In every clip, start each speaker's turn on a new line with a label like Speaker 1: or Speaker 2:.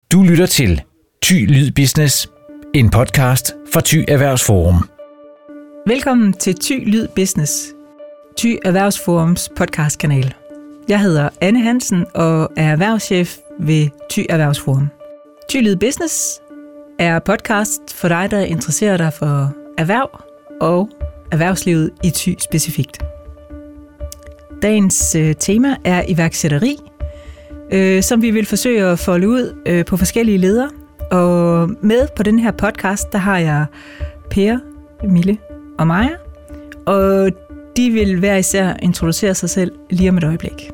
Speaker 1: Du lytter til Thy Lyd Business, en podcast fra Thy Erhvervsforum.
Speaker 2: Velkommen til Thy Lyd Business, Thy Erhvervsforums podcastkanal. Jeg hedder Anne Hansen og er erhvervschef ved Thy Erhvervsforum. Thy Lyd Business er podcast for dig, der interesserer dig for erhverv og erhvervslivet i Thy specifikt. Dagens tema er iværksætteri, som vi vil forsøge at folde ud på forskellige leder. Og med på den her podcast, der har jeg Per, Mille og Maja, og de vil hver især introducere sig selv lige om et øjeblik.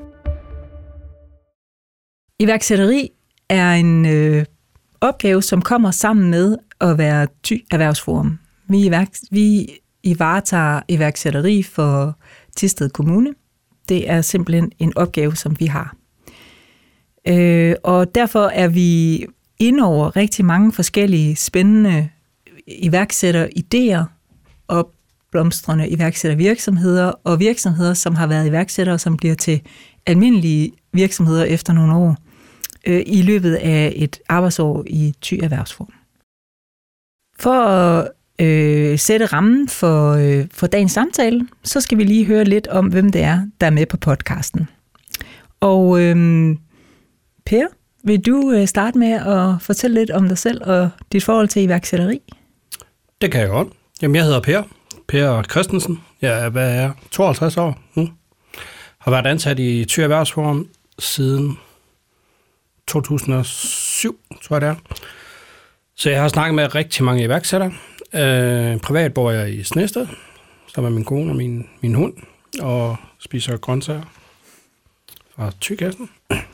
Speaker 2: Iværksætteri er en opgave, som kommer sammen med at være Thy Erhvervsforum. Vi varetager iværksætteri for Thisted Kommune. Det er simpelthen en opgave, som vi har. Og derfor er vi inde over rigtig mange forskellige spændende iværksætteridéer og blomstrende iværksættervirksomheder og virksomheder, som har været iværksættere, som bliver til almindelige virksomheder efter nogle år i løbet af et arbejdsår i Thy Erhvervsforum. For at sætte rammen for dagens samtale, så skal vi lige høre lidt om, hvem det er, der er med på podcasten. Og Per, vil du starte med at fortælle lidt om dig selv og dit forhold til iværksætteri?
Speaker 3: Det kan jeg godt. Jamen, jeg hedder Per Christensen. Jeg er 52 år nu. Har været ansat i Thy Erhvervsforum siden 2007, tror jeg det er. Så jeg har snakket med rigtig mange iværksættere. Privat bor jeg i Snested, sammen med min kone og min hund, og spiser grøntsager fra Thy-kassen.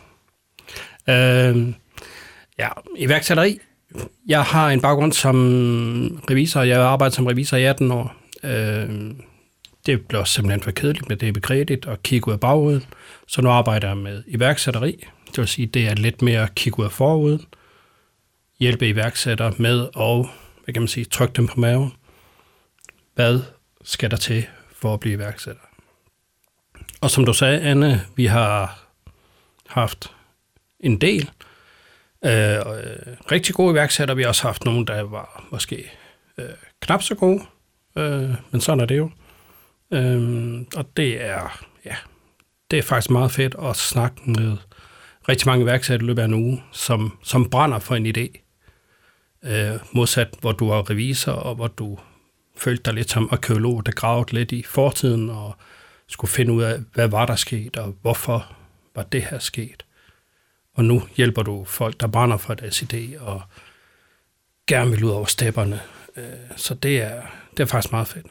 Speaker 3: Iværksætteri. Jeg har en baggrund som revisor. Jeg har arbejdet som revisor i 18 år. Det blev simpelthen for kedeligt med det begrebet at kigge ud af baguden. Så nu arbejder jeg med iværksætteri. Det vil sige, det er lidt mere at kigge ud af foruden. Hjælpe iværksættere med at, trykke dem på maven. Hvad skal der til for at blive iværksætter? Og som du sagde, Anne, vi har haft en del rigtig gode iværksættere. Vi har også haft nogle, der var måske knap så gode, men sådan er det jo. Og det er faktisk meget fedt at snakke med rigtig mange iværksættere i løbet af en uge, som brænder for en idé. Modsat, hvor du er revisor, og hvor du følte dig lidt som arkæolog, der gravede lidt i fortiden, og skulle finde ud af, hvad var der sket, og hvorfor var det her sket. Og nu hjælper du folk, der brænder for deres idé, og gerne vil ud over stepperne. Så det er faktisk meget fedt.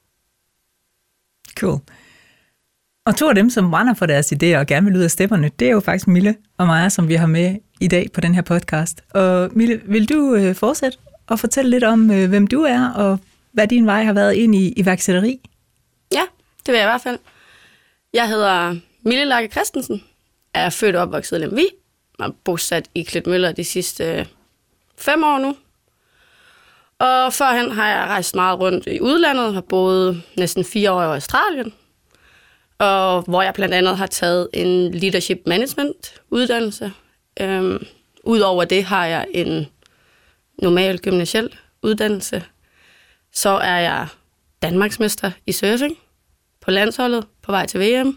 Speaker 2: Cool. Og to af dem, som brænder for deres idéer og gerne vil ud af stepperne, det er jo faktisk Mille og Maja, som vi har med i dag på den her podcast. Og Mille, vil du fortsætte og fortælle lidt om, hvem du er, og hvad din vej har været ind i iværksætteri?
Speaker 4: Ja, det vil jeg i hvert fald. Jeg hedder Mille Lake Christensen, er født og opvokset i Lemvig, og bosat i Klitmøller de sidste 5 år nu. Og førhen har jeg rejst meget rundt i udlandet, har boet næsten 4 år i Australien, og hvor jeg blandt andet har taget en leadership management uddannelse. Udover det har jeg en normal gymnasiel uddannelse. Så er jeg danmarksmester i surfing på landsholdet på vej til VM.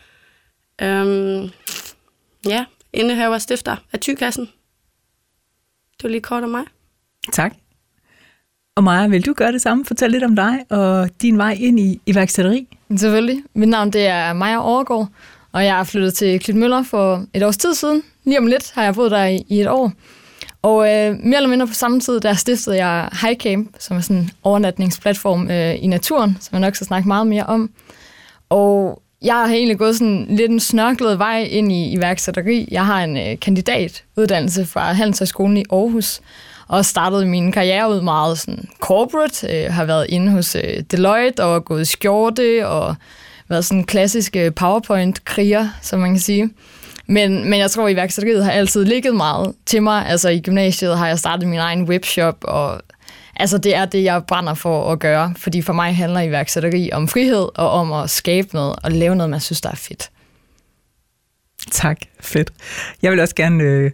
Speaker 4: Indehaver og stifter af Thy-kassen. Det var lige kort om mig.
Speaker 2: Tak. Og Maja, vil du gøre det samme? Fortæl lidt om dig og din vej ind i iværksætteri.
Speaker 5: Selvfølgelig. Mit navn det er Maja Overgaard, og jeg er flyttet til Klitmøller for et års tid siden. Lige om lidt har jeg boet der i et år. Og mere eller mindre på samme tid, der stiftede jeg HiCamp, som er sådan en overnatningsplatform i naturen, som jeg nok skal snakke meget mere om. Og jeg har egentlig gået sådan lidt en snørklet vej ind i iværksætteri. Jeg har en kandidatuddannelse fra Handelshøjskolen i Aarhus, og startede min karriere ud meget sådan corporate. Har været inde hos Deloitte og gået i skjorte og været sådan en klassisk PowerPoint-kriger, som man kan sige. Men jeg tror, at iværksætteriet har altid ligget meget til mig. Altså i gymnasiet har jeg startet min egen webshop, og altså det er det, jeg brænder for at gøre. Fordi for mig handler iværksætteri om frihed og om at skabe noget og lave noget, man synes, der er fedt.
Speaker 2: Tak, fedt. Jeg vil også gerne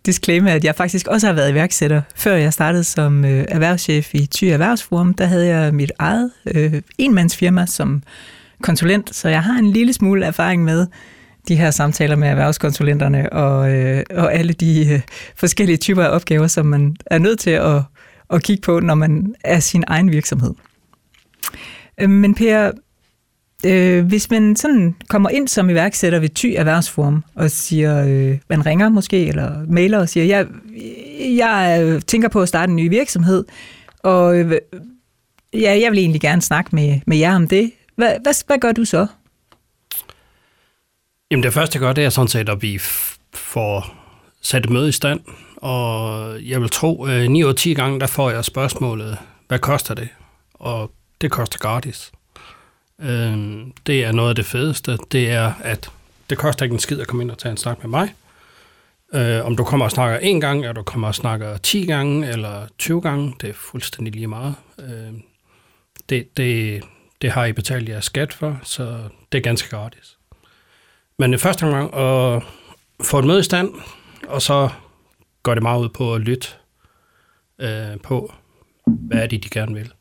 Speaker 2: disclaimer, at jeg faktisk også har været iværksætter. Før jeg startede som erhvervschef i Thy Erhvervsforum, der havde jeg mit eget enmandsfirma som konsulent, så jeg har en lille smule erfaring med de her samtaler med erhvervskonsulenterne og alle de forskellige typer af opgaver, som man er nødt til at kigge på, når man er sin egen virksomhed. Men Per, hvis man sådan kommer ind som iværksætter ved Thy Erhvervsforum og siger, man ringer måske, eller mailer og siger, jeg tænker på at starte en ny virksomhed, og jeg vil egentlig gerne snakke med jer om det. Hvad gør du så?
Speaker 3: Jamen det første, jeg gør, det er sådan set, at vi får sat et møde i stand, og jeg vil tro, 9 ud af 10 gange, der får jeg spørgsmålet, hvad koster det? Og det koster gratis. Det er noget af det fedeste, det er, at det koster ikke en skid at komme ind og tage en snak med mig. Om du kommer og snakker 1 gang, eller du kommer og snakker 10 gange, eller 20 gange, det er fuldstændig lige meget. Det har I betalt jeres skat for, så det er ganske gratis. Men det første gang at få et møde i stand, og så går det meget ud på at lytte på, hvad er det, de gerne vil.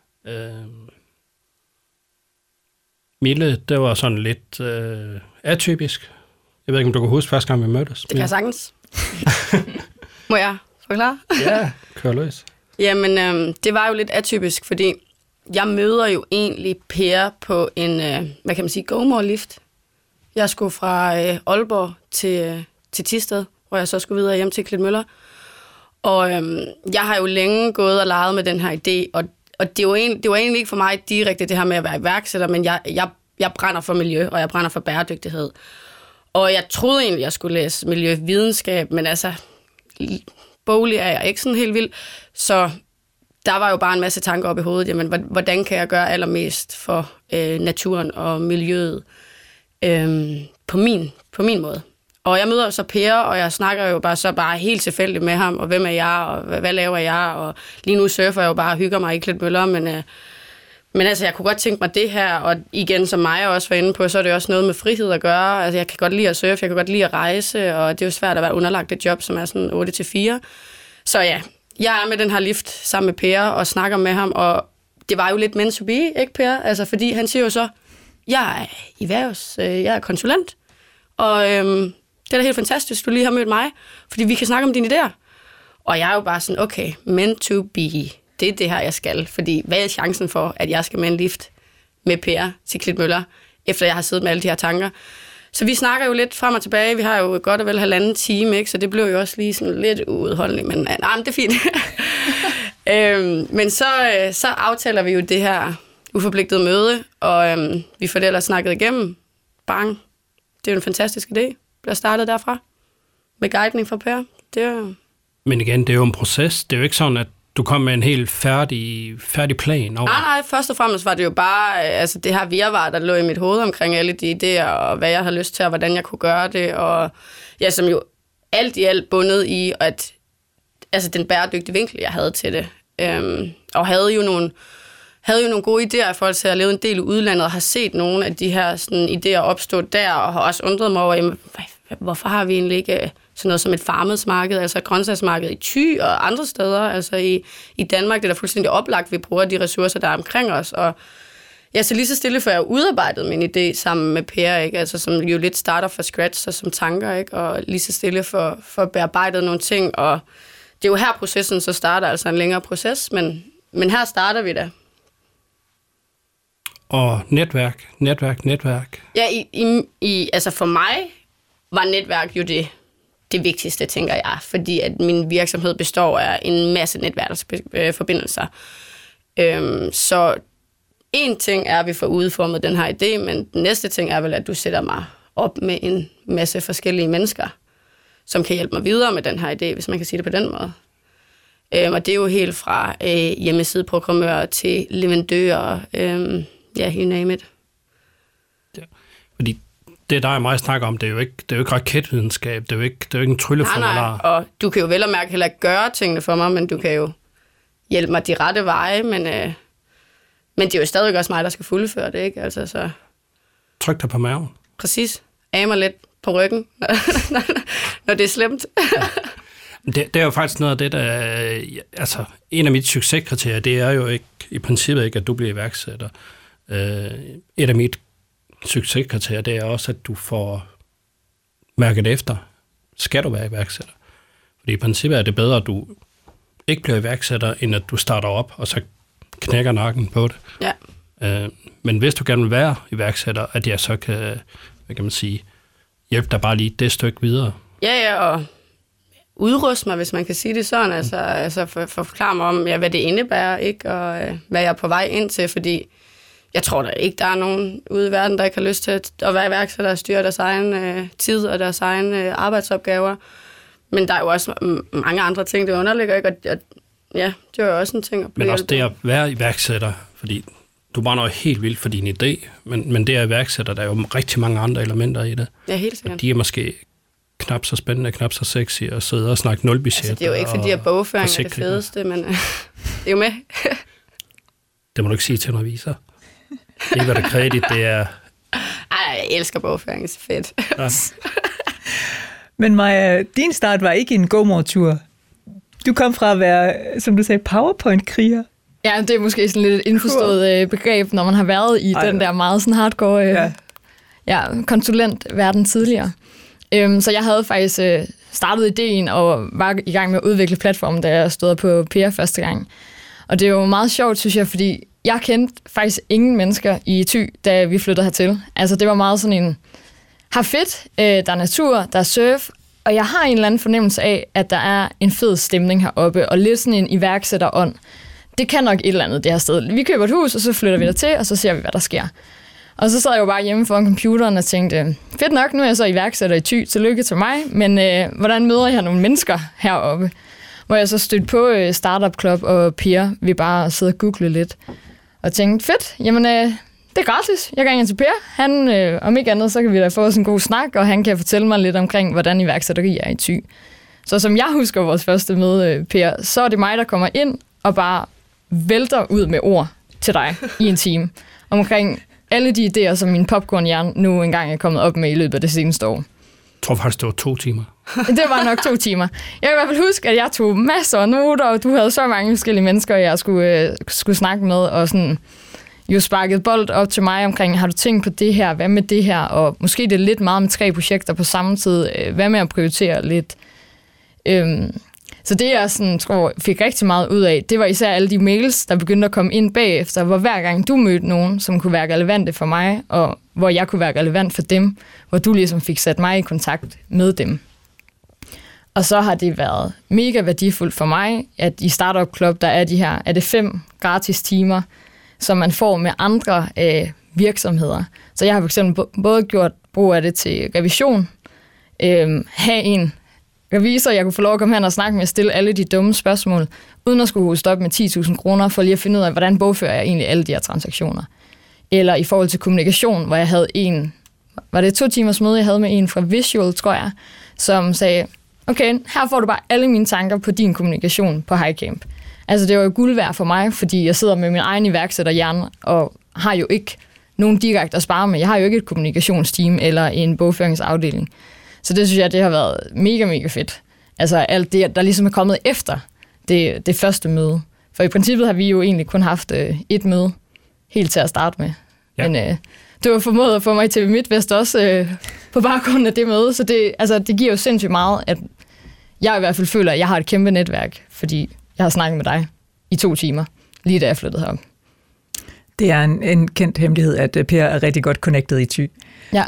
Speaker 3: Mille, det var sådan lidt atypisk. Jeg ved ikke, om du kan huske første gang, vi mødtes.
Speaker 4: Det kan jeg sagtens. Må jeg forklare?
Speaker 3: Ja, kør løs.
Speaker 4: Jamen, det var jo lidt atypisk, fordi jeg møder jo egentlig Per på en, hvad kan man sige, GoMore-lift. Jeg skulle fra Aalborg til Thisted, hvor jeg så skulle videre hjem til Klitmøller. Og jeg har jo længe gået og leget med den her idé, og det var egentlig ikke for mig direkte det her med at være iværksætter, men jeg brænder for miljø, og jeg brænder for bæredygtighed. Og jeg troede egentlig, jeg skulle læse miljøvidenskab, men altså, boglig er jeg ikke sådan helt vild. Så der var jo bare en masse tanker op i hovedet. Jamen, hvordan kan jeg gøre allermest for naturen og miljøet på min måde? Og jeg møder så Per, og jeg snakker jo bare helt tilfældigt med ham, og hvem er jeg, og hvad laver jeg, og lige nu surfer jeg jo bare og hygger mig i Klitmøller, men altså, jeg kunne godt tænke mig det her, og igen, som mig også var inde på, så er det også noget med frihed at gøre. Altså, jeg kan godt lide at surfe, jeg kan godt lide at rejse, og det er jo svært at være underlagt et job, som er sådan 8-4. Så ja, jeg er med den her lift sammen med Per og snakker med ham, og det var jo lidt meant to be, ikke Per? Altså, fordi han siger jo så, jeg er konsulent, og det er da helt fantastisk, du lige har mødt mig, fordi vi kan snakke om dine idéer. Og jeg er jo bare sådan, okay, meant to be, det er det her, jeg skal. Fordi hvad er chancen for, at jeg skal med en lift med Per til Klitmøller, efter jeg har siddet med alle de her tanker? Så vi snakker jo lidt frem og tilbage. Vi har jo godt og vel 1,5 time, ikke? Så det blev jo også lige sådan lidt uudholdeligt, men nej, det er fint. Men så aftaler vi jo det her uforpligtede møde, og vi får det ellers snakket igennem. Bang. Det er jo en fantastisk idé. Bliver startet derfra. Med guidning fra Per. Det er jo...
Speaker 3: Men igen, det er jo en proces. Det er jo ikke sådan, at du kom med en helt færdig plan over.
Speaker 4: Nej, først og fremmest var det jo bare altså det her virvar, der lå i mit hoved omkring alle de idéer, og hvad jeg havde lyst til, og hvordan jeg kunne gøre det, og ja, som jo alt i alt bundet i, at altså den bæredygtige vinkel, jeg havde til det. Og havde jo nogle gode idéer i forhold til at lave en del i udlandet, og har set nogle af de her sådan, idéer opstå der, og har også undret mig over, jamen, hvorfor har vi egentlig ikke sådan noget som et farmedsmarked, altså et grøntsagsmarked i Thy og andre steder, altså i Danmark, det er da fuldstændig oplagt, vi bruger de ressourcer, der er omkring os, og ja, så lige så stille, for jeg har udarbejdet min idé sammen med Per, ikke? Altså, som jo lidt starter fra scratch, og som tanker, ikke? Og lige så stille for at bearbejde nogle ting, og det er jo her processen så starter, altså en længere proces, men her starter vi da.
Speaker 3: Og netværk.
Speaker 4: Ja, altså for mig var netværk jo det vigtigste, tænker jeg, fordi at min virksomhed består af en masse netværksforbindelser. Så en ting er, at vi får udformet den her idé, men den næste ting er vel, at du sætter mig op med en masse forskellige mennesker, som kan hjælpe mig videre med den her idé, hvis man kan sige det på den måde. Og det er jo helt fra hjemmesideprogrammører til leverandører, you name it.
Speaker 3: Ja, fordi det, der er mig snakker om, det er jo ikke raketvidenskab, det er jo ikke en trylleformular.
Speaker 4: Nej, og du kan jo vel og mærke heller ikke gøre tingene for mig, men du kan jo hjælpe mig de rette veje, men det er jo stadig også mig, der skal fuldføre det, ikke? Altså, så...
Speaker 3: Tryk dig på maven.
Speaker 4: Præcis. Af mig lidt på ryggen, når det er slemt.
Speaker 3: Ja. Det er jo faktisk noget af det, der... Altså, en af mine succeskriterier, det er jo ikke, i princippet ikke, at du bliver iværksætter. Et af mine succeskriterier, det er også, at du får mærket efter. Skal du være iværksætter? Fordi i princippet er det bedre, at du ikke bliver iværksætter, end at du starter op, og så knækker nakken på det.
Speaker 4: Ja.
Speaker 3: Men hvis du gerne vil være iværksætter, at jeg så kan, hvad kan man sige, hjælpe dig bare lige det stykke videre.
Speaker 4: Ja, og udruste mig, hvis man kan sige det sådan, altså forklare mig om, hvad det indebærer, ikke, og hvad jeg er på vej ind til, fordi jeg tror da ikke, der er nogen ude i verden, der ikke har lyst til at være iværksætter og styre deres egen tid og deres egne arbejdsopgaver. Men der er jo også mange andre ting, det underligger, ikke? Og ja, det er jo også en ting.
Speaker 3: Men også det at være iværksætter, fordi du brænder jo helt vildt for din idé, men det at iværksætter, der er jo rigtig mange andre elementer i det.
Speaker 4: Ja, helt sikkert.
Speaker 3: Og de er måske knap så spændende, knap så sexy at sidde og snakke nulbudget.
Speaker 4: Altså, det er jo ikke, fordi at bogføring er det fedeste, men det er jo med.
Speaker 3: Det må du ikke sige til en revisor. Det er hvad der kredit, det er...
Speaker 4: Ej, jeg elsker bogføring, det er så fedt. Ja.
Speaker 2: Men Maja, din start var ikke en go-more-tur. Du kom fra at være, som du sagde, PowerPoint-kriger.
Speaker 5: Ja, det er måske sådan lidt et indforstået begreb, når man har været i den der meget sådan hardcore konsulentverden tidligere. Så jeg havde faktisk startet ideen og var i gang med at udvikle platformen, da jeg stod på PR første gang. Og det er jo meget sjovt, synes jeg, fordi jeg kendte faktisk ingen mennesker i Thy, da vi flyttede hertil. Altså det var meget sådan en, har fedt, der er natur, der er surf, og jeg har en eller anden fornemmelse af, at der er en fed stemning heroppe, og lidt sådan en iværksætterånd. Det kan nok et eller andet det her sted. Vi køber et hus, og så flytter vi dertil, og så ser vi, hvad der sker. Og så sad jeg jo bare hjemme foran computeren og tænkte, fedt nok, nu er jeg så iværksætter i Thy, tillykke til mig, men hvordan møder jeg nogle mennesker heroppe? Hvor jeg så stødte på Startup Club og Per, vi bare sidder og google lidt, og tænkte, fedt, jamen det er gratis, jeg går ind til Per, han, om ikke andet, så kan vi da få os en god snak, og han kan fortælle mig lidt omkring, hvordan iværksætteri er i Thy. Så som jeg husker vores første møde, Per, så er det mig, der kommer ind og bare vælter ud med ord til dig i en time, omkring alle de idéer, som min popcornhjerne nu engang er kommet op med i løbet af det seneste år.
Speaker 3: Jeg tror faktisk, det var 2 timer.
Speaker 5: Det var nok 2 timer. Jeg kan i hvert fald huske, at jeg tog masser af noter, og du havde så mange forskellige mennesker, jeg skulle snakke med, og sådan jo sparket bold op til mig omkring, har du tænkt på det her, hvad med det her, og måske det er lidt meget med 3 projekter på samme tid, hvad med at prioritere lidt. Så det, jeg sådan, tror, fik rigtig meget ud af, det var især alle de mails, der begyndte at komme ind bagefter, hvor hver gang du mødte nogen, som kunne være relevante for mig, og hvor jeg kunne være relevant for dem, hvor du ligesom fik sat mig i kontakt med dem. Og så har det været mega værdifuldt for mig, at i Startup Club, der er de her, er det 5 gratis timer, som man får med andre virksomheder. Så jeg har for eksempel både gjort brug af det til revision, have en revisor, jeg kunne få lov at komme hen og snakke med at stille alle de dumme spørgsmål, uden at skulle stoppe med 10.000 kroner, for lige at finde ud af, hvordan bogfører jeg egentlig alle de her transaktioner. Eller i forhold til kommunikation, hvor jeg havde var det 2 timers møde, jeg havde med en fra Visual, tror jeg, som sagde, okay, her får du bare alle mine tanker på din kommunikation på HighCamp. Altså det var jo guld værd for mig, fordi jeg sidder med min egen iværksætterhjerne, og har jo ikke nogen direkte at spare med. Jeg har jo ikke et kommunikationsteam eller en bogføringsafdeling. Så det synes jeg, det har været mega, mega fedt. Altså alt det, der ligesom er kommet efter det første møde. For i princippet har vi jo egentlig kun haft 1 møde helt til at starte med. Ja. Men det var formået at få mig til Midtvest også på baggrund af det møde. Så det giver jo sindssygt meget, at jeg i hvert fald føler, at jeg har et kæmpe netværk, fordi jeg har snakket med dig i 2 timer, lige da jeg flyttede herop.
Speaker 2: Det er en kendt hemmelighed, at Per er rigtig godt connected i Thy.
Speaker 5: Ja.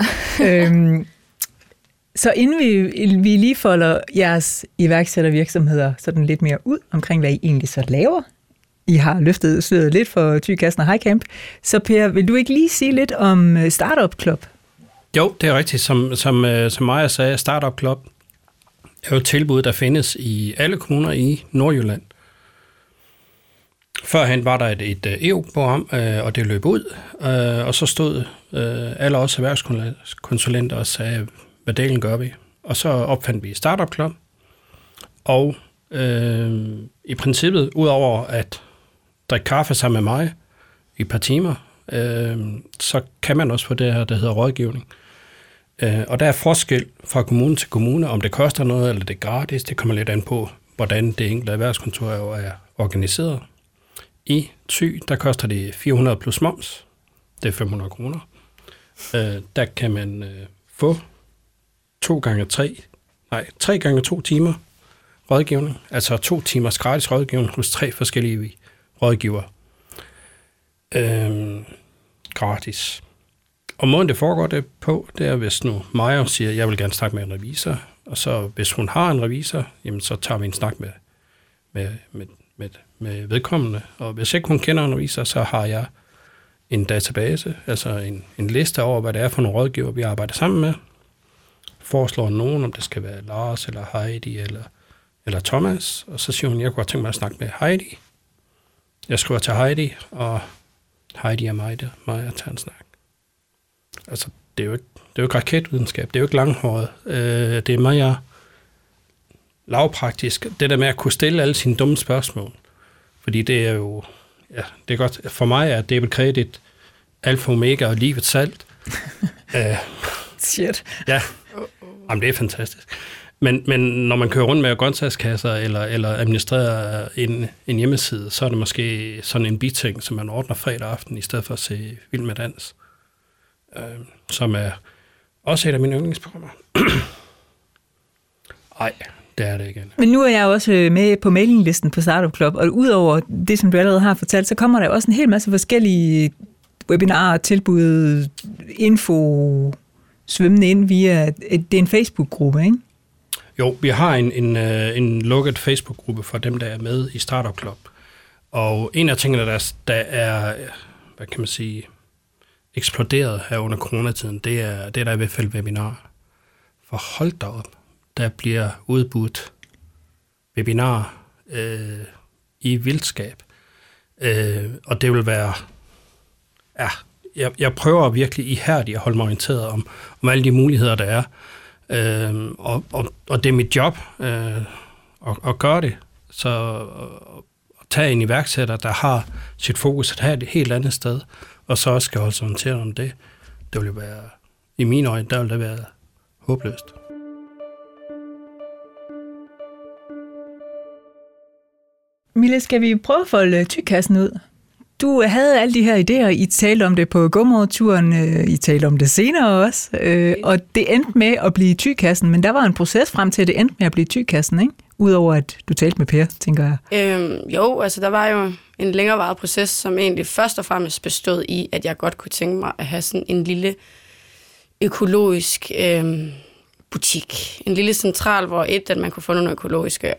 Speaker 2: Så inden vi lige folder jeres iværksættervirksomheder sådan lidt mere ud omkring, hvad I egentlig så laver. I har løftet sløret lidt for Thy-kassen og HighCamp. Så Per, vil du ikke lige sige lidt om Startup Club?
Speaker 3: Jo, det er rigtigt. Som Maja sagde, Startup Club er jo et tilbud, der findes i alle kommuner i Nordjylland. Førhen var der et EU-program, og det løb ud, og så stod alle os erhvervskonsulenter og sagde, hvad delen gør vi? Og så opfandt vi Startup Club, og i princippet, udover at drikke kaffe sammen med mig i et par timer, så kan man også få det her, der hedder rådgivning. Og der er forskel fra kommune til kommune, om det koster noget, eller det er gratis. Det kommer lidt an på, hvordan det enkelte erhvervskontor er organiseret. I Thy, der koster det 400 plus moms. Det er 500 kroner. Der kan man få 3 gange 2 timer rådgivning. Altså 2 timers gratis rådgivning hos 3 forskellige rådgivere. Gratis. Og måden det foregår det på, det er, hvis nu Maja siger, at jeg vil gerne snakke med en revisor, og så hvis hun har en revisor, jamen så tager vi en snak med vedkommende. Og hvis ikke hun kender en revisor, så har jeg en database, altså en liste over, hvad det er for nogle rådgiver, vi arbejder sammen med. Foreslår nogen, om det skal være Lars, eller Heidi, eller Thomas, og så siger hun, jeg kunne godt tænke mig at snakke med Heidi. Jeg skriver til Heidi, og Heidi og mig tager en snak. Altså, det er jo ikke raketvidenskab, det er jo ikke langhåret. Det er meget lavpraktisk. Det der med at kunne stille alle sine dumme spørgsmål. Fordi det er jo, ja, det er godt. For mig er debet kredit alfa omega og livets salt.
Speaker 2: Shit.
Speaker 3: Ja, jamen, det er fantastisk. Men når man kører rundt med grøntsagskasser eller administrerer en hjemmeside, så er det måske sådan en biting, som man ordner fredag aften, i stedet for at se Vild med Dans. Som er også et af mine yndlingsprogrammer. Ej, det er det igen.
Speaker 2: Men nu er jeg også med på mailinglisten på Startup Club, og udover det, som du allerede har fortalt, så kommer der også en hel masse forskellige webinarer, tilbud, info, svømmende ind via, det er en Facebook-gruppe, ikke?
Speaker 3: Jo, vi har en lukket Facebook-gruppe for dem, der er med i Startup Club. Og en af tingene, der er, hvad kan man sige, eksploderet her under coronatiden, det er der i hvert fald webinar. For hold da op, der bliver udbudt webinar i vildskab. Og det vil være, ja, jeg prøver virkelig ihærdigt at holde mig orienteret om alle de muligheder, der er. Og det er mit job at gøre det. Så at tage en iværksætter, der har sit fokus et helt andet sted, og så også skal holde sig orienteret om det, det vil jo være, i mine øjne, der vil det være håbløst.
Speaker 2: Mille, skal vi prøve at folde Thy-kassen ud? Du havde alle de her idéer, I talte om det på gåmorturen, I talte om det senere også, og det endte med at blive Thy-kassen, men der var en proces frem til, at det endte med at blive Thy-kassen, ikke? Udover at du talte med Per, tænker jeg.
Speaker 4: Jo, altså der var jo en længerevarende proces, som egentlig først og fremmest bestod i, at jeg godt kunne tænke mig at have sådan en lille økologisk butik. En lille central, hvor at man kunne få nogle økologiske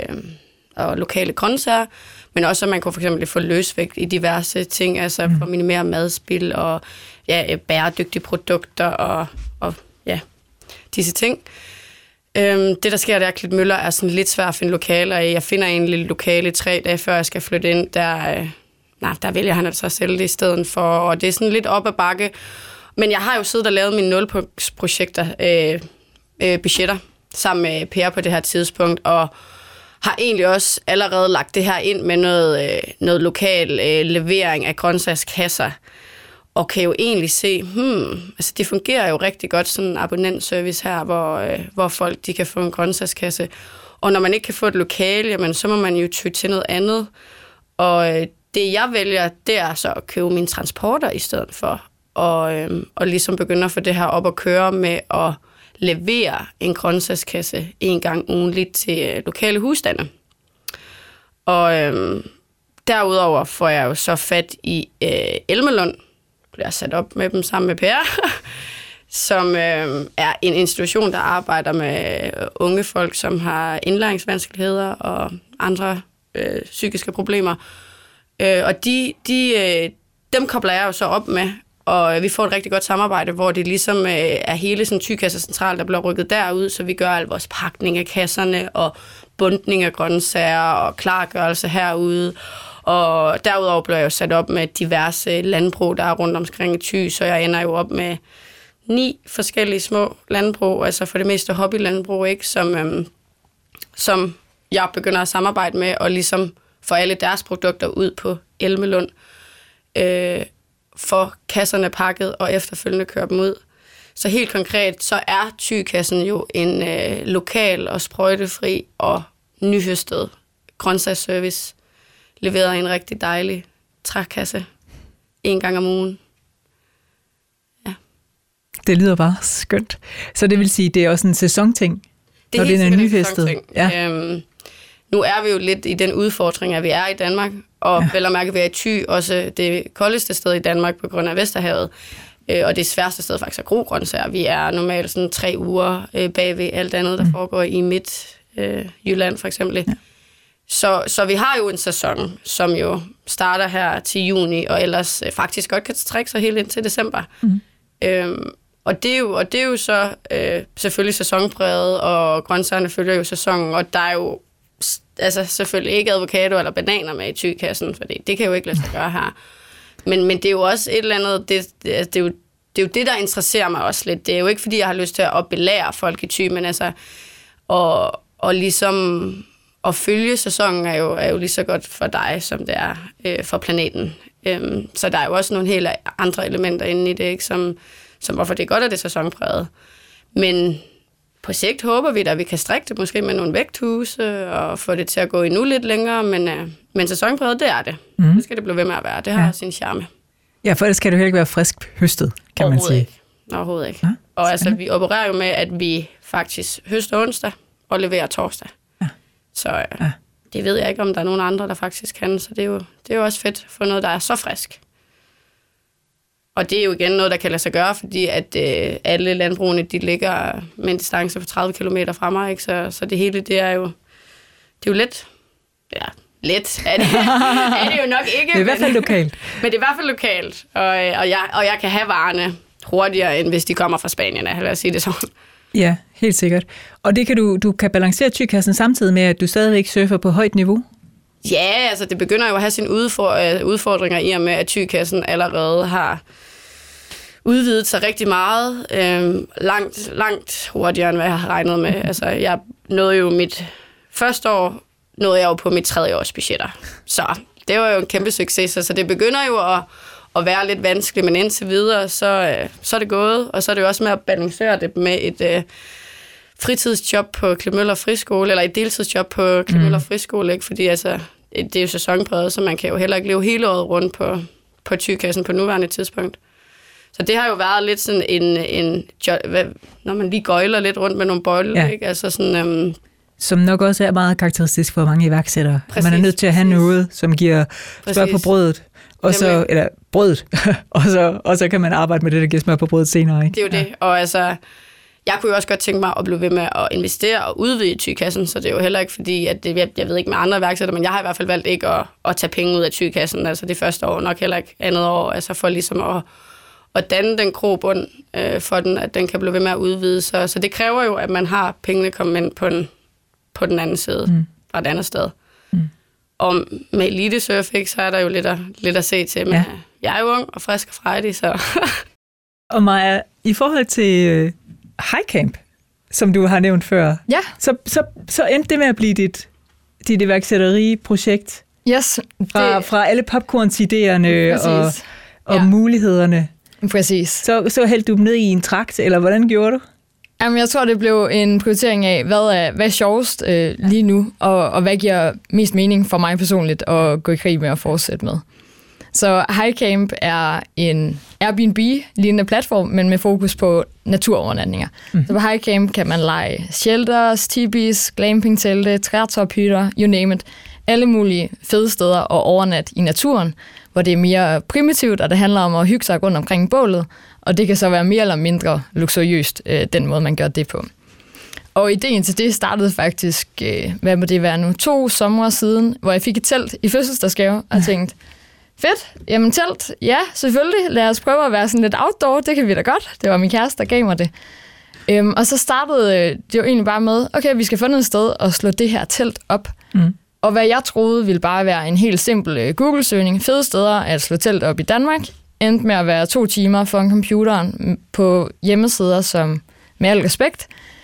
Speaker 4: og lokale grøntsager, men også at man kunne for eksempel få løsvægt i diverse ting, altså for at minimere madspild og bæredygtige produkter og disse ting. Det, der sker der, Klitmøller, er sådan lidt svært at finde lokaler i. Jeg finder en lille lokale 3 dage, før jeg skal flytte ind. Der vælger han altså at sælge det i stedet for, og det er sådan lidt op ad bakke. Men jeg har jo siddet og lavet mine 0-projekter, budgetter, sammen med Per på det her tidspunkt, og har egentlig også allerede lagt det her ind med noget lokal levering af grøntsagskasser, og kan jo egentlig se, altså det fungerer jo rigtig godt, sådan en abonnentservice her, hvor folk de kan få en grøntsagskasse. Og når man ikke kan få et lokale, jamen, så må man jo ty til noget andet. Og det jeg vælger, det er så at købe mine transporter i stedet for, og ligesom begynde at få det her op at køre med at levere en grøntsagskasse 1 gang ugentligt til lokale husstande. Og derudover får jeg jo så fat i Elmelund, bliver sat op med dem sammen med Per, som er en institution, der arbejder med unge folk, som har indlæringsvanskeligheder og andre psykiske problemer. Og dem kobler jeg jo så op med, og vi får et rigtig godt samarbejde, hvor det ligesom er hele sådan Thy-kassecentral, der bliver rykket derud, så vi gør al vores pakning af kasserne og bundning af grøntsager og klargørelse herude. Og derudover bliver jeg jo sat op med diverse landbrug, der er rundt omkring i Thy, så jeg ender jo op med 9 forskellige små landbrug, altså for det meste hobbylandbrug, ikke, som jeg begynder at samarbejde med, og ligesom få alle deres produkter ud på Elmelund, for kasserne pakket og efterfølgende køre dem ud. Så helt konkret, så er Thy-kassen jo en lokal og sprøjtefri og nyhøstet grøntsagsservice, leveret i en rigtig dejlig trækasse 1 gang om ugen. Ja.
Speaker 2: Det lyder bare skønt. Så det vil sige, det er også en sæsonting,
Speaker 4: det er
Speaker 2: når det er nyhøstet.
Speaker 4: Ja. Nu er vi jo lidt i den udfordring, at vi er i Danmark, og vel at mærke, at vi er i Thy, også det koldeste sted i Danmark på grund af Vesterhavet, og det sværeste sted faktisk at gro grøntsager. Vi er normalt sådan 3 uger bagved alt andet, der foregår i Jylland for eksempel. Ja. Så vi har jo en sæson, som jo starter her til juni, og ellers faktisk godt kan trække sig helt ind til december. Og det er jo så selvfølgelig sæsonpræget, og grøntsagerne følger jo sæsonen, og der er jo selvfølgelig ikke avocado eller bananer med i Thy-kassen, for det kan jo ikke lade sig gøre her. Men det er jo også et eller andet, det er jo det, der interesserer mig også lidt. Det er jo ikke, fordi jeg har lyst til at belære folk i Thy, men altså, og ligesom at følge sæsonen er jo lige så godt for dig, som det er for planeten. Så der er jo også nogle helt andre elementer inde i det, ikke? Som hvorfor det er godt, at det er sæsonpræget. Men på sigt håber vi da, at vi kan strikke det måske med nogle vægthuse og få det til at gå endnu lidt længere, men sæsonpræget, det er det. Det skal det blive ved med at være. Det har sin charme.
Speaker 2: Ja, for ellers skal det jo ikke være frisk høstet, kan man sige.
Speaker 4: Overhovedet ikke. Ja, og altså, vi opererer jo med, at vi faktisk høster onsdag og leverer torsdag. Ja. Så det ved jeg ikke, om der er nogen andre, der faktisk kan. Så det er jo også fedt for noget, der er så frisk. Og det er jo igen noget, der kan lade sig gøre, fordi at alle landbrugene, de ligger med en distance på 30 km fra mig, ikke? Så det hele, det er jo let. Ja, let er det jo nok ikke.
Speaker 2: Det er i hvert fald lokalt.
Speaker 4: Men det er i hvert fald lokalt, og jeg kan have varerne hurtigere, end hvis de kommer fra Spanien, lad os sige det sådan.
Speaker 2: Ja, helt sikkert. Og det kan du kan balancere Thy-kassen samtidig med, at du stadigvæk surfer på højt niveau?
Speaker 4: Ja, altså det begynder jo at have sine udfordringer i og med, at Thy-kassen allerede har udvidet sig rigtig meget, langt hurtigere, end hvad jeg har regnet med. Altså, jeg nåede jo mit første år, på mit 3. års budgetter. Så det var jo en kæmpe succes, så det begynder jo at være lidt vanskeligt, men indtil videre, så er det gået, og så er det jo også med at balancere det med et fritidsjob på Klitmøller Friskole, eller et deltidsjob på Klitmøller Friskole, ikke? Fordi altså, det er jo sæsonpræget, så man kan jo heller ikke leve hele året rundt på Thy-kassen på nuværende tidspunkt. Så det har jo været lidt sådan når man lige gøjler lidt rundt med nogle bolde, ikke? Altså sådan,
Speaker 2: som nok også er meget karakteristisk for mange iværksættere.
Speaker 4: Præcis,
Speaker 2: man er nødt til at have noget, som giver smør på brødet, og så kan man arbejde med det, der giver smør på brødet senere. Ikke?
Speaker 4: Det er jo det, og altså, jeg kunne jo også godt tænke mig at blive ved med at investere og udvide Thy-kassen, så det er jo heller ikke fordi, at jeg ved ikke med andre iværksættere, men jeg har i hvert fald valgt ikke at tage penge ud af Thy-kassen, altså det første år, nok heller ikke andet år, altså for ligesom at danne den grobund for den, at den kan blive ved med at udvide. Så det kræver jo, at man har pengene komme ind på den anden side, fra et andet sted. Og med elitesurf, ikke, så er der jo lidt at se til, men jeg er jo ung og frisk og frejdig, så...
Speaker 2: Og Maja, i forhold til HiCamp, som du har nævnt før, så endte det med at blive dit iværksætteriprojekt.
Speaker 5: Yes.
Speaker 2: Fra alle popcorns-idéerne og mulighederne.
Speaker 5: Præcis.
Speaker 2: Så hældte du dem ned i en trakt, eller hvordan gjorde du?
Speaker 5: Jamen, jeg tror, det blev en prioritering af, hvad er sjovest lige nu, og hvad giver mest mening for mig personligt at gå i krig med og fortsætte med. Så HiCamp er en Airbnb-lignende platform, men med fokus på naturovernatninger. Så på HiCamp kan man leje shelters, tipis, glamping-telte, trætophytter, you name it. Alle mulige fede steder og overnat i naturen, hvor det er mere primitivt, og det handler om at hygge sig rundt omkring bålet, og det kan så være mere eller mindre luksuriøst, den måde, man gør det på. Og ideen til det startede faktisk, hvad må det være nu, 2 somre siden, hvor jeg fik et telt i fødselsdagsgave, og tænkte, fedt, jamen telt, ja, selvfølgelig, lad os prøve at være sådan lidt outdoor, det kan vi da godt. Det var min kæreste, der gav mig det. Og så startede det jo egentlig bare med, okay, vi skal finde et sted og slå det her telt op. Og hvad jeg troede ville bare være en helt simpel Google-søgning, fede steder at slå telt op i Danmark, endte med at være 2 timer foran computeren på hjemmesider, som med al respekt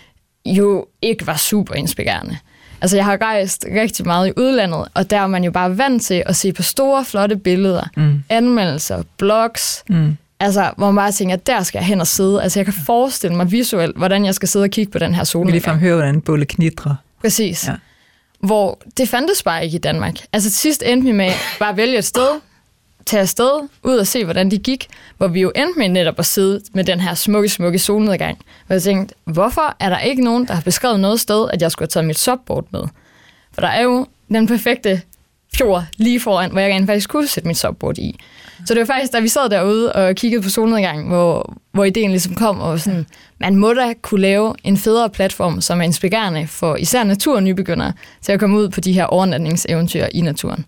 Speaker 5: jo ikke var super inspirerende. Altså, jeg har rejst rigtig meget i udlandet, og der er man jo bare vant til at se på store, flotte billeder, anmeldelser, blogs, Altså, hvor man bare tænker, der skal jeg hen og sidde. Altså, jeg kan forestille mig visuelt, hvordan jeg skal sidde og kigge på den her solnedgang.
Speaker 2: Vi ligefrem høre, hvordan bålet knitrer.
Speaker 5: Præcis. Ja. Hvor det fandtes bare ikke i Danmark. Altså, til sidst endte vi med bare at vælge et sted, tage afsted, ud og se, hvordan de gik, hvor vi jo endte med netop at sidde med den her smukke solnedgang. Hvor jeg tænkte, hvorfor er der ikke nogen, der har beskrevet noget sted, at jeg skulle have taget mit subboard med? For der er jo den perfekte fjord lige foran, hvor jeg rent faktisk kunne sætte mit subboard i. Så det var faktisk, da vi sad derude og kiggede på solnedgangen, hvor ideen ligesom kom, og sådan, man må da kunne lave en federe platform, som er inspirerende for især naturnybegyndere, til at komme ud på de her overnatningseventyr i naturen.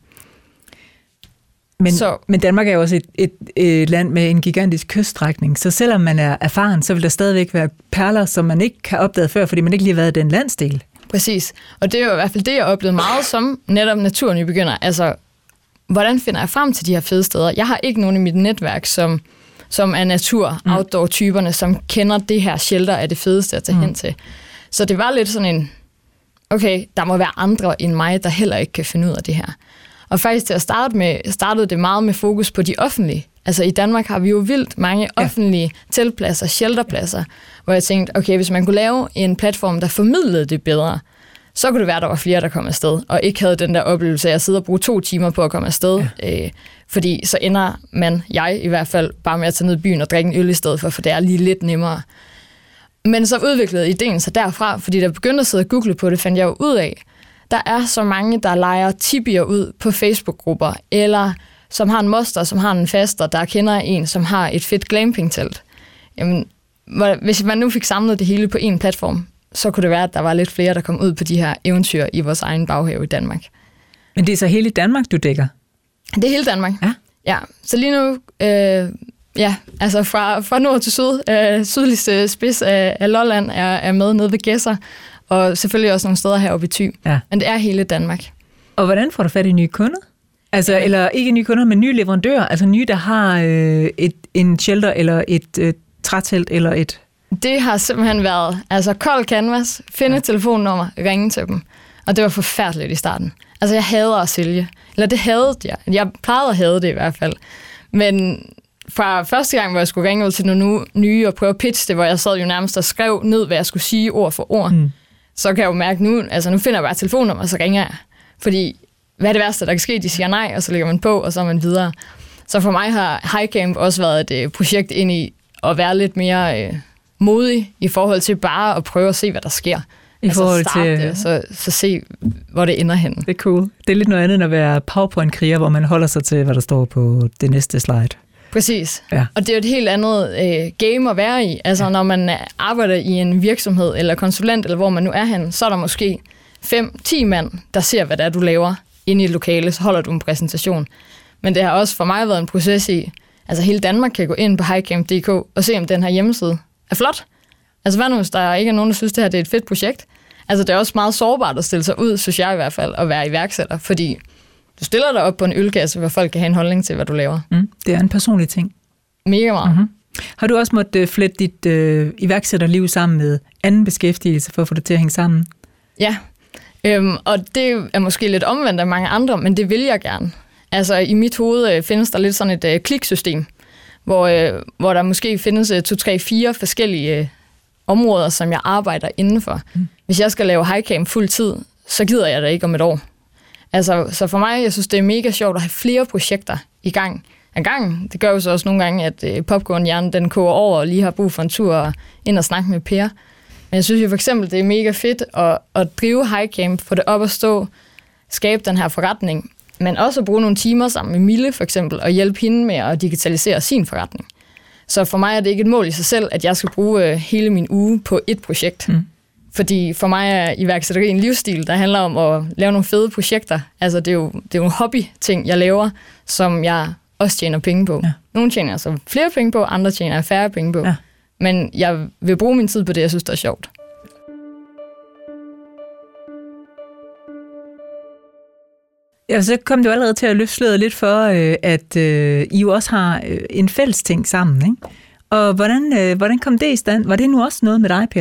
Speaker 2: Men Danmark er jo også et land med en gigantisk kyststrækning, så selvom man er erfaren, så vil der stadigvæk være perler, som man ikke har opdaget før, fordi man ikke lige har været i den landsdel.
Speaker 5: Præcis, og det er jo i hvert fald det, jeg oplevede meget som netop naturnybegynder. Altså, hvordan finder jeg frem til de her fede steder? Jeg har ikke nogen i mit netværk, som er natur-outdoor-typerne, som kender det her shelter er det fedeste at tage hen til. Så det var lidt sådan en, okay, der må være andre end mig, der heller ikke kan finde ud af det her. Og faktisk til at starte med, startede det meget med fokus på de offentlige. Altså i Danmark har vi jo vildt mange offentlige teltpladser, shelterpladser, hvor jeg tænkte, okay, hvis man kunne lave en platform, der formidlede det bedre, så kunne det være, at der var flere, der kom afsted, og ikke havde den der oplevelse af at sidde og bruge 2 timer på at komme afsted. Ja. Fordi så ender jeg i hvert fald, bare med at tage ned i byen og drikke en øl i stedet for det er lige lidt nemmere. Men så udviklede ideen sig derfra, fordi der begyndte at sidde og google på det, fandt jeg jo ud af, der er så mange, der lejer tibier ud på Facebook-grupper, eller som har en moster, som har en faster, der kender en, som har et fedt glamping-telt. Jamen, hvis man nu fik samlet det hele på en platform, så kunne det være, at der var lidt flere, der kom ud på de her eventyr i vores egen baghave i Danmark.
Speaker 2: Men det er så hele Danmark, du dækker?
Speaker 5: Det er hele Danmark. Ja. Så lige nu, altså fra nord til syd, sydligste spids af Lolland er med nede ved Gedser, og selvfølgelig også nogle steder heroppe i Thy. Ja. Men det er hele Danmark.
Speaker 2: Og hvordan får du fat i nye kunder? Altså, eller ikke nye kunder, men nye leverandører, altså nye, der har en shelter eller et trætelt eller et...
Speaker 5: Det har simpelthen været, altså kold canvas, finde telefonnummer, ringe til dem. Og det var forfærdeligt i starten. Altså, jeg hader at sælge. Eller det hadede jeg. Jeg plejede at hade det i hvert fald. Men fra første gang, hvor jeg skulle ringe ud til nogle nye og prøve at pitche det, hvor jeg sad jo nærmest og skrev ned, hvad jeg skulle sige ord for ord, så kan jeg jo mærke nu, altså nu finder jeg bare telefonnummer, og så ringer jeg. Fordi, hvad er det værste, der kan ske? De siger nej, og så lægger man på, og så er man videre. Så for mig har HiCamp også været et projekt ind i at være lidt mere modig i forhold til bare at prøve at se, hvad der sker.
Speaker 2: I forhold til...
Speaker 5: Det, så se, hvor det ender henne.
Speaker 2: Det er cool. Det er lidt noget andet end at være PowerPoint-kriger, hvor man holder sig til, hvad der står på det næste slide.
Speaker 5: Præcis. Ja. Og det er jo et helt andet game at være i. Altså, når man arbejder i en virksomhed eller konsulent, eller hvor man nu er henne, så er der måske 5-10 mand, der ser, hvad det er, du laver inde i et lokale, så holder du en præsentation. Men det har også for mig været en proces i, altså hele Danmark kan gå ind på HiCamp.dk og se, om den her hjemmeside er flot. Altså hvad nu, hvis der ikke er nogen, der synes, det her det er et fedt projekt? Altså det er også meget sårbart at stille sig ud, synes jeg i hvert fald, at være iværksætter, fordi du stiller dig op på en ølkasse, hvor folk kan have en holdning til, hvad du laver.
Speaker 2: Det er en personlig ting.
Speaker 5: Mega meget. Mm-hmm.
Speaker 2: Har du også måttet flette dit iværksætterliv sammen med anden beskæftigelse, for at få det til at hænge sammen?
Speaker 5: Ja, og det er måske lidt omvendt af mange andre, men det vil jeg gerne. Altså i mit hoved findes der lidt sådan et kliksystem, hvor der måske findes 2, 3, 4 forskellige områder, som jeg arbejder indenfor. Hvis jeg skal lave HiCamp fuld tid, så gider jeg det ikke om et år. Altså, så for mig, jeg synes, det er mega sjovt at have flere projekter i gang. Det gør jo så også nogle gange, at popcornhjernen den koger over og lige har brug for en tur og ind og snakke med Per. Men jeg synes jo for eksempel, det er mega fedt at drive HiCamp, få det op at stå, skabe den her forretning, men også at bruge nogle timer sammen med Mille for eksempel, og hjælpe hende med at digitalisere sin forretning. Så for mig er det ikke et mål i sig selv, at jeg skal bruge hele min uge på et projekt. Fordi for mig er iværksætteri en livsstil, der handler om at lave nogle fede projekter. Altså det er jo en hobby-ting, jeg laver, som jeg også tjener penge på. Ja. Nogle tjener jeg så flere penge på, andre tjener jeg færre penge på. Ja. Men jeg vil bruge min tid på det, jeg synes, der er sjovt.
Speaker 2: Ja, så kom du allerede til at løfte sløret lidt for, at I jo også har en fælles ting sammen, ikke? Og hvordan kom det i stand? Var det nu også noget med dig, Per?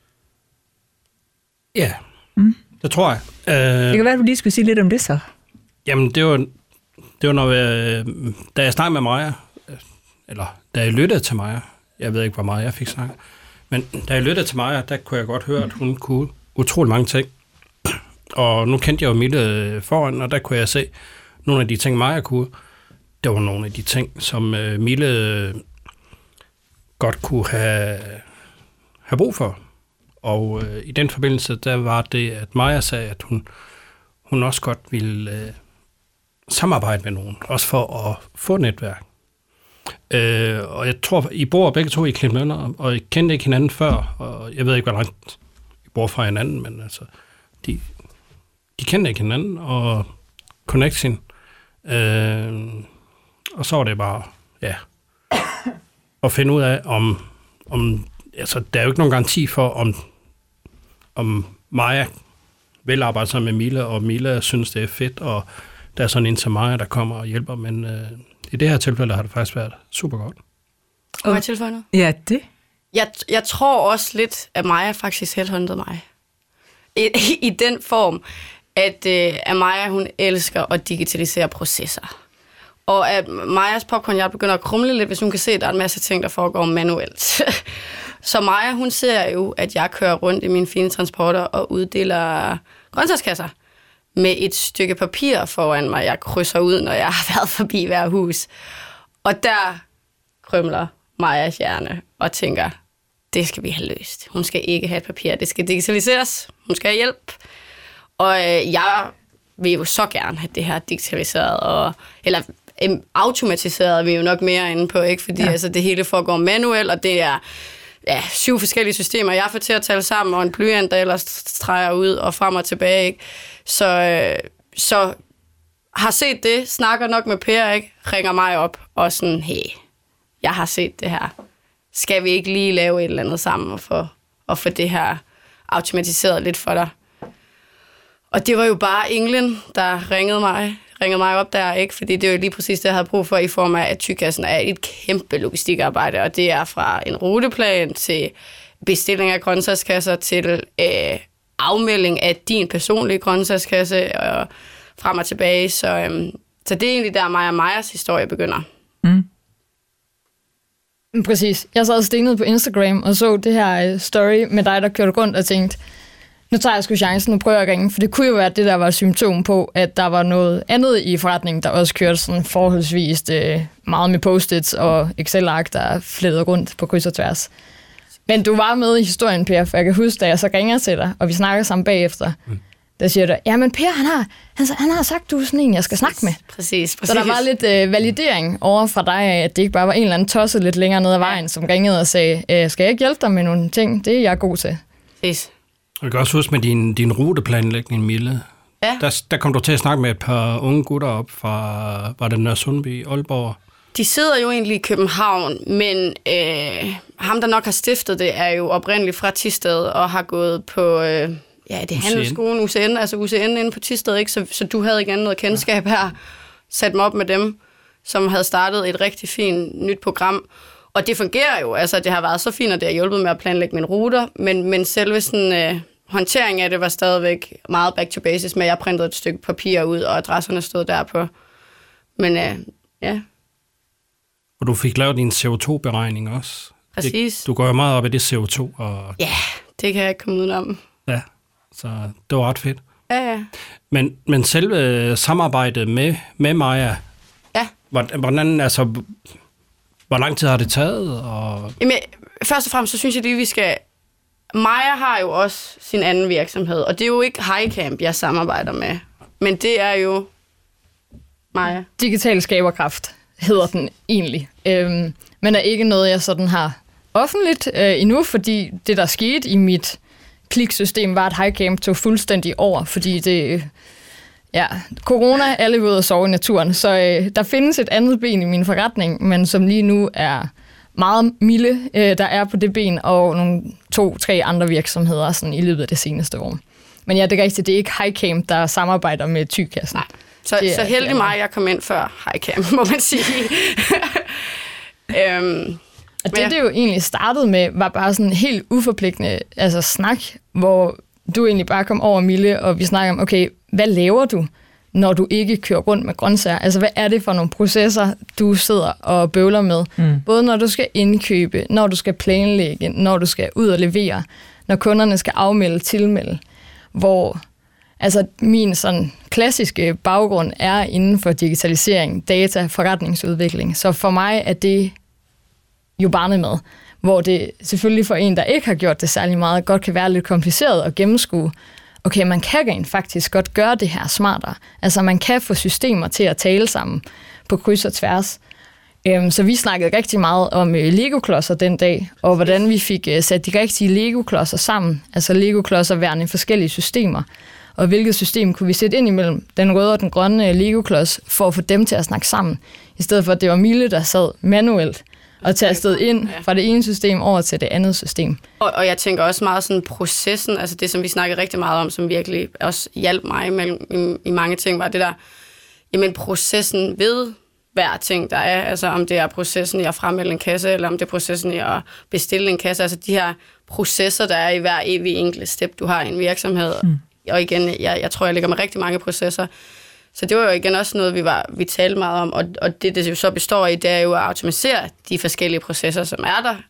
Speaker 3: Ja, det tror jeg.
Speaker 2: Det kan være, at du lige skulle sige lidt om det så.
Speaker 3: Jamen, det var når da jeg snakkede med Maja, eller da jeg lyttede til Maja, jeg ved ikke, hvor meget jeg fik snakket, men da jeg lyttede til Maja, der kunne jeg godt høre, at hun kunne utrolig mange ting. Og nu kendte jeg jo Mille foran, og der kunne jeg se nogle af de ting, Maja kunne. Det var nogle af de ting, som Mille godt kunne have brug for. Og i den forbindelse, der var det, at Maja sagde, at hun også godt ville samarbejde med nogen, også for at få netværk. Og jeg tror, I bor begge to i Klitmøller, og I kendte ikke hinanden før, og jeg ved ikke, hvor langt I bor fra hinanden, men altså, de kendte ikke hinanden, og connection. Og så var det bare, ja, at finde ud af, om altså, der er jo ikke nogen garanti for, om Maja vil arbejde sammen med Mille, og Mille synes, det er fedt, og der er sådan en til Maja, der kommer og hjælper, men i det her tilfælde har det faktisk været super godt.
Speaker 4: Må jeg tilføje noget?
Speaker 2: Ja, det.
Speaker 4: Jeg tror også lidt, at Maja faktisk headhuntede mig. I den form, at Maja, hun elsker at digitalisere processer. Og at Majas popcorn, begynder at krumle lidt, hvis hun kan se, at der er en masse ting, der foregår manuelt. Så Maja, hun ser jo, at jeg kører rundt i mine fine transporter og uddeler grøntsagskasser med et stykke papir foran mig, jeg krydser ud, når jeg har været forbi hver hus. Og der krymler Majas hjerne og tænker, det skal vi have løst. Hun skal ikke have et papir, det skal digitaliseres. Hun skal have hjælp. Og jeg vil jo så gerne have det her digitaliseret, eller automatiseret, vi er jo nok mere inde på, ikke? Fordi altså, det hele foregår manuelt, og det er 7 forskellige systemer, jeg får til at tale sammen, og en blyant, der ellers streger ud og frem og tilbage, ikke? Så har set det, snakker nok med Per, ikke? Ringer mig op og sådan, hey, jeg har set det her. Skal vi ikke lige lave et eller andet sammen og få det her automatiseret lidt for dig? Og det var jo bare englen, der ringede mig op der, ikke? Fordi det er jo lige præcis det, jeg havde brug for, i form af, at Tygkassen er et kæmpe logistikarbejde, og det er fra en ruteplan til bestilling af grøntsagskasser til afmelding af din personlige grøntsagskasse og frem og tilbage. Så det er egentlig der, mig og Majas historie begynder.
Speaker 5: Mm. Præcis. Jeg sad stenet på Instagram og så det her story med dig, der kørte rundt og tænkte, nu tager jeg sgu chancen og prøver at ringe, for det kunne jo være det, der var symptom på, at der var noget andet i forretningen, der også kørte sådan forholdsvis meget med post-its og Excel-ark, der flettede rundt på kryds og tværs. Men du var med i historien, Per, for jeg kan huske, da jeg så ringer til dig, og vi snakker sammen bagefter, der siger du, ja, men Per, han har sagt, du er sådan en, jeg skal snakke med.
Speaker 4: Præcis.
Speaker 5: Så der var lidt validering over fra dig, at det ikke bare var en eller anden tosset lidt længere ned ad vejen, som ringede og sagde, skal jeg ikke hjælpe dig med nogle ting? Det er jeg god til.
Speaker 4: Præcis.
Speaker 3: Jeg kan også huske med din ruteplanlægning, Mille.
Speaker 4: Ja.
Speaker 3: Der kom du til at snakke med et par unge gutter op fra, var det Nørre Sundby, Aalborg?
Speaker 4: De sidder jo egentlig i København, men ham, der nok har stiftet det, er jo oprindeligt fra Thisted og har gået på det er handelsskolen, UCN, altså UCN inde på Thisted, ikke? Så du havde igen noget kendskab her. Sat mig op med dem, som havde startet et rigtig fint nyt program. Og det fungerer jo, altså det har været så fint, og det har hjulpet med at planlægge mine ruter, men selve sådan, håndtering af det var stadigvæk meget back to basis med, at jeg printede et stykke papir ud, og adresserne stod derpå. Men ja.
Speaker 3: Og du fik lavet din CO2-beregning også.
Speaker 4: Præcis.
Speaker 3: Du går jo meget op i det CO2. Og
Speaker 4: ja, det kan jeg ikke komme udenom.
Speaker 3: Ja, så det var ret fedt.
Speaker 4: Ja.
Speaker 3: Men selve samarbejdet med Maja, hvordan, altså, hvor lang tid har det taget?
Speaker 4: Jamen, først og fremmest, så synes jeg lige, vi skal... Maja har jo også sin anden virksomhed, og det er jo ikke HighCamp, jeg samarbejder med, men det er jo Maja.
Speaker 5: Digital skaberkraft hedder den egentlig, men er ikke noget, jeg sådan har offentligt endnu, fordi det, der skete i mit kliksystem, var, at HighCamp tog fuldstændig over, fordi det... Ja, corona, alle vil ud og sove i naturen, så der findes et andet ben i min forretning, men som lige nu er meget milde, der er på det ben, og nogle 2-3 andre virksomheder sådan, i løbet af det seneste år. Men ja, det er rigtigt, det er ikke HighCamp, der samarbejder med Tygkassen.
Speaker 4: Nej, så heldig mig, jeg kom ind før HighCamp, må man sige.
Speaker 5: Og det jo egentlig startede med, var bare sådan helt uforpligtende snak, hvor du egentlig bare kom over, Mille, og vi snakker om, okay, hvad laver du? når du ikke kører rundt med grøntsager? Altså, hvad er det for nogle processer, du sidder og bøvler med? Både når du skal indkøbe, når du skal planlægge, når du skal ud og levere, når kunderne skal afmelde, tilmelde, hvor altså min sådan klassiske baggrund er inden for digitalisering, data, forretningsudvikling. Så for mig er det jo barnet med, hvor det selvfølgelig for en, der ikke har gjort det særlig meget, godt kan være lidt kompliceret at gennemskue. Okay, man kan rent faktisk godt gøre det her smartere. Altså man kan få systemer til at tale sammen på kryds og tværs. Så vi snakkede rigtig meget om Lego-klodser den dag, og hvordan vi fik sat de rigtige Lego-klodser sammen. Altså Lego-klodser værende i forskellige systemer. Og hvilket system kunne vi sætte ind imellem den røde og den grønne Lego-klods, for at få dem til at snakke sammen. I stedet for, at det var Mille, der sad manuelt og tastede ind fra det ene system over til det andet system.
Speaker 4: Og jeg tænker også meget sådan processen, altså det, som vi snakkede rigtig meget om, som virkelig også hjalp mig i mange ting, var det der, jamen processen ved hver ting, der er. Altså om det er processen i at fremmelde en kasse, eller om det er processen i at bestille en kasse. Altså de her processer, der er i hver evig enkelt step, du har i en virksomhed. Og igen, jeg tror, jeg ligger med rigtig mange processer. Så det var jo igen også noget, vi talte meget om, og det jo så består i, det er jo at automatisere de forskellige processer, som er der.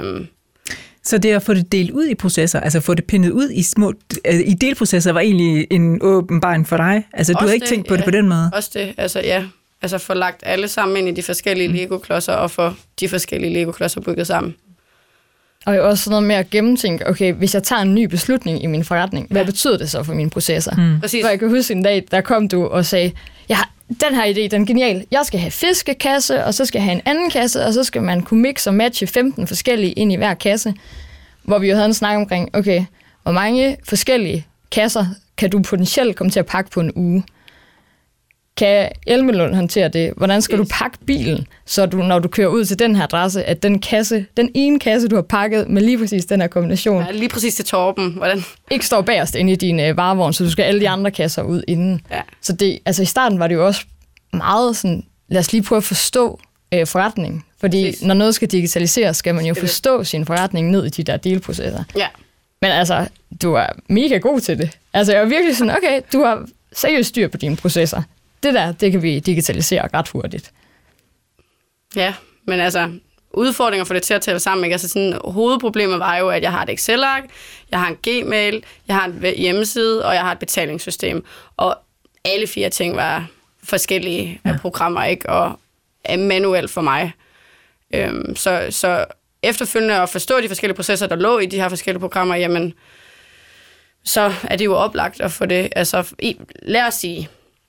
Speaker 2: Så det at få det delt ud i processer, altså få det pindet ud i delprocesser, var egentlig en åbenbaring for dig? Altså du har ikke tænkt på det på den måde?
Speaker 4: Også det, altså ja. Altså få lagt alle sammen ind i de forskellige Lego-klodser, og få de forskellige Lego-klodser bygget sammen.
Speaker 5: Og jo også noget med at gennemtænke, okay, hvis jeg tager en ny beslutning i min forretning, hvad betyder det så for mine processer?
Speaker 4: Præcis.
Speaker 5: For jeg kan huske en dag, der kom du og sagde, ja, den her idé, den er genial. Jeg skal have fiskekasse, og så skal jeg have en anden kasse, og så skal man kunne mixe og matche 15 forskellige ind i hver kasse. Hvor vi jo havde en snak omkring, okay, hvor mange forskellige kasser kan du potentielt komme til at pakke på en uge? Kan Elmelund håndtere det? Hvordan skal du pakke bilen, så du, når du kører ud til den her adresse, at den ene kasse, du har pakket med lige præcis den her kombination,
Speaker 4: ja, lige præcis til Torben, hvordan?
Speaker 5: Ikke står bagerst inde i din varevogn, så du skal alle de andre kasser ud inden.
Speaker 4: Ja.
Speaker 5: Så det, altså i starten var det jo også meget sådan, lad os lige prøve at forstå forretningen. Fordi præcis. Når noget skal digitaliseres, skal man jo forstå sin forretning ned i de der delprocesser.
Speaker 4: Ja.
Speaker 5: Men altså, du er mega god til det. Altså jeg er virkelig sådan, okay, du har seriøst styr på dine processer. Det kan vi digitalisere ret hurtigt.
Speaker 4: Ja, men altså, udfordringer for det til at tælle sammen. Ikke? Altså sådan, hovedproblemet var jo, at jeg har et Excel-ark, jeg har en Gmail, jeg har en hjemmeside, og jeg har et betalingssystem. Og alle 4 ting var forskellige programmer, ikke? Og manuelt for mig. Så efterfølgende at forstå de forskellige processer, der lå i de her forskellige programmer, jamen, så er det jo oplagt at få det. Altså, lad os sige,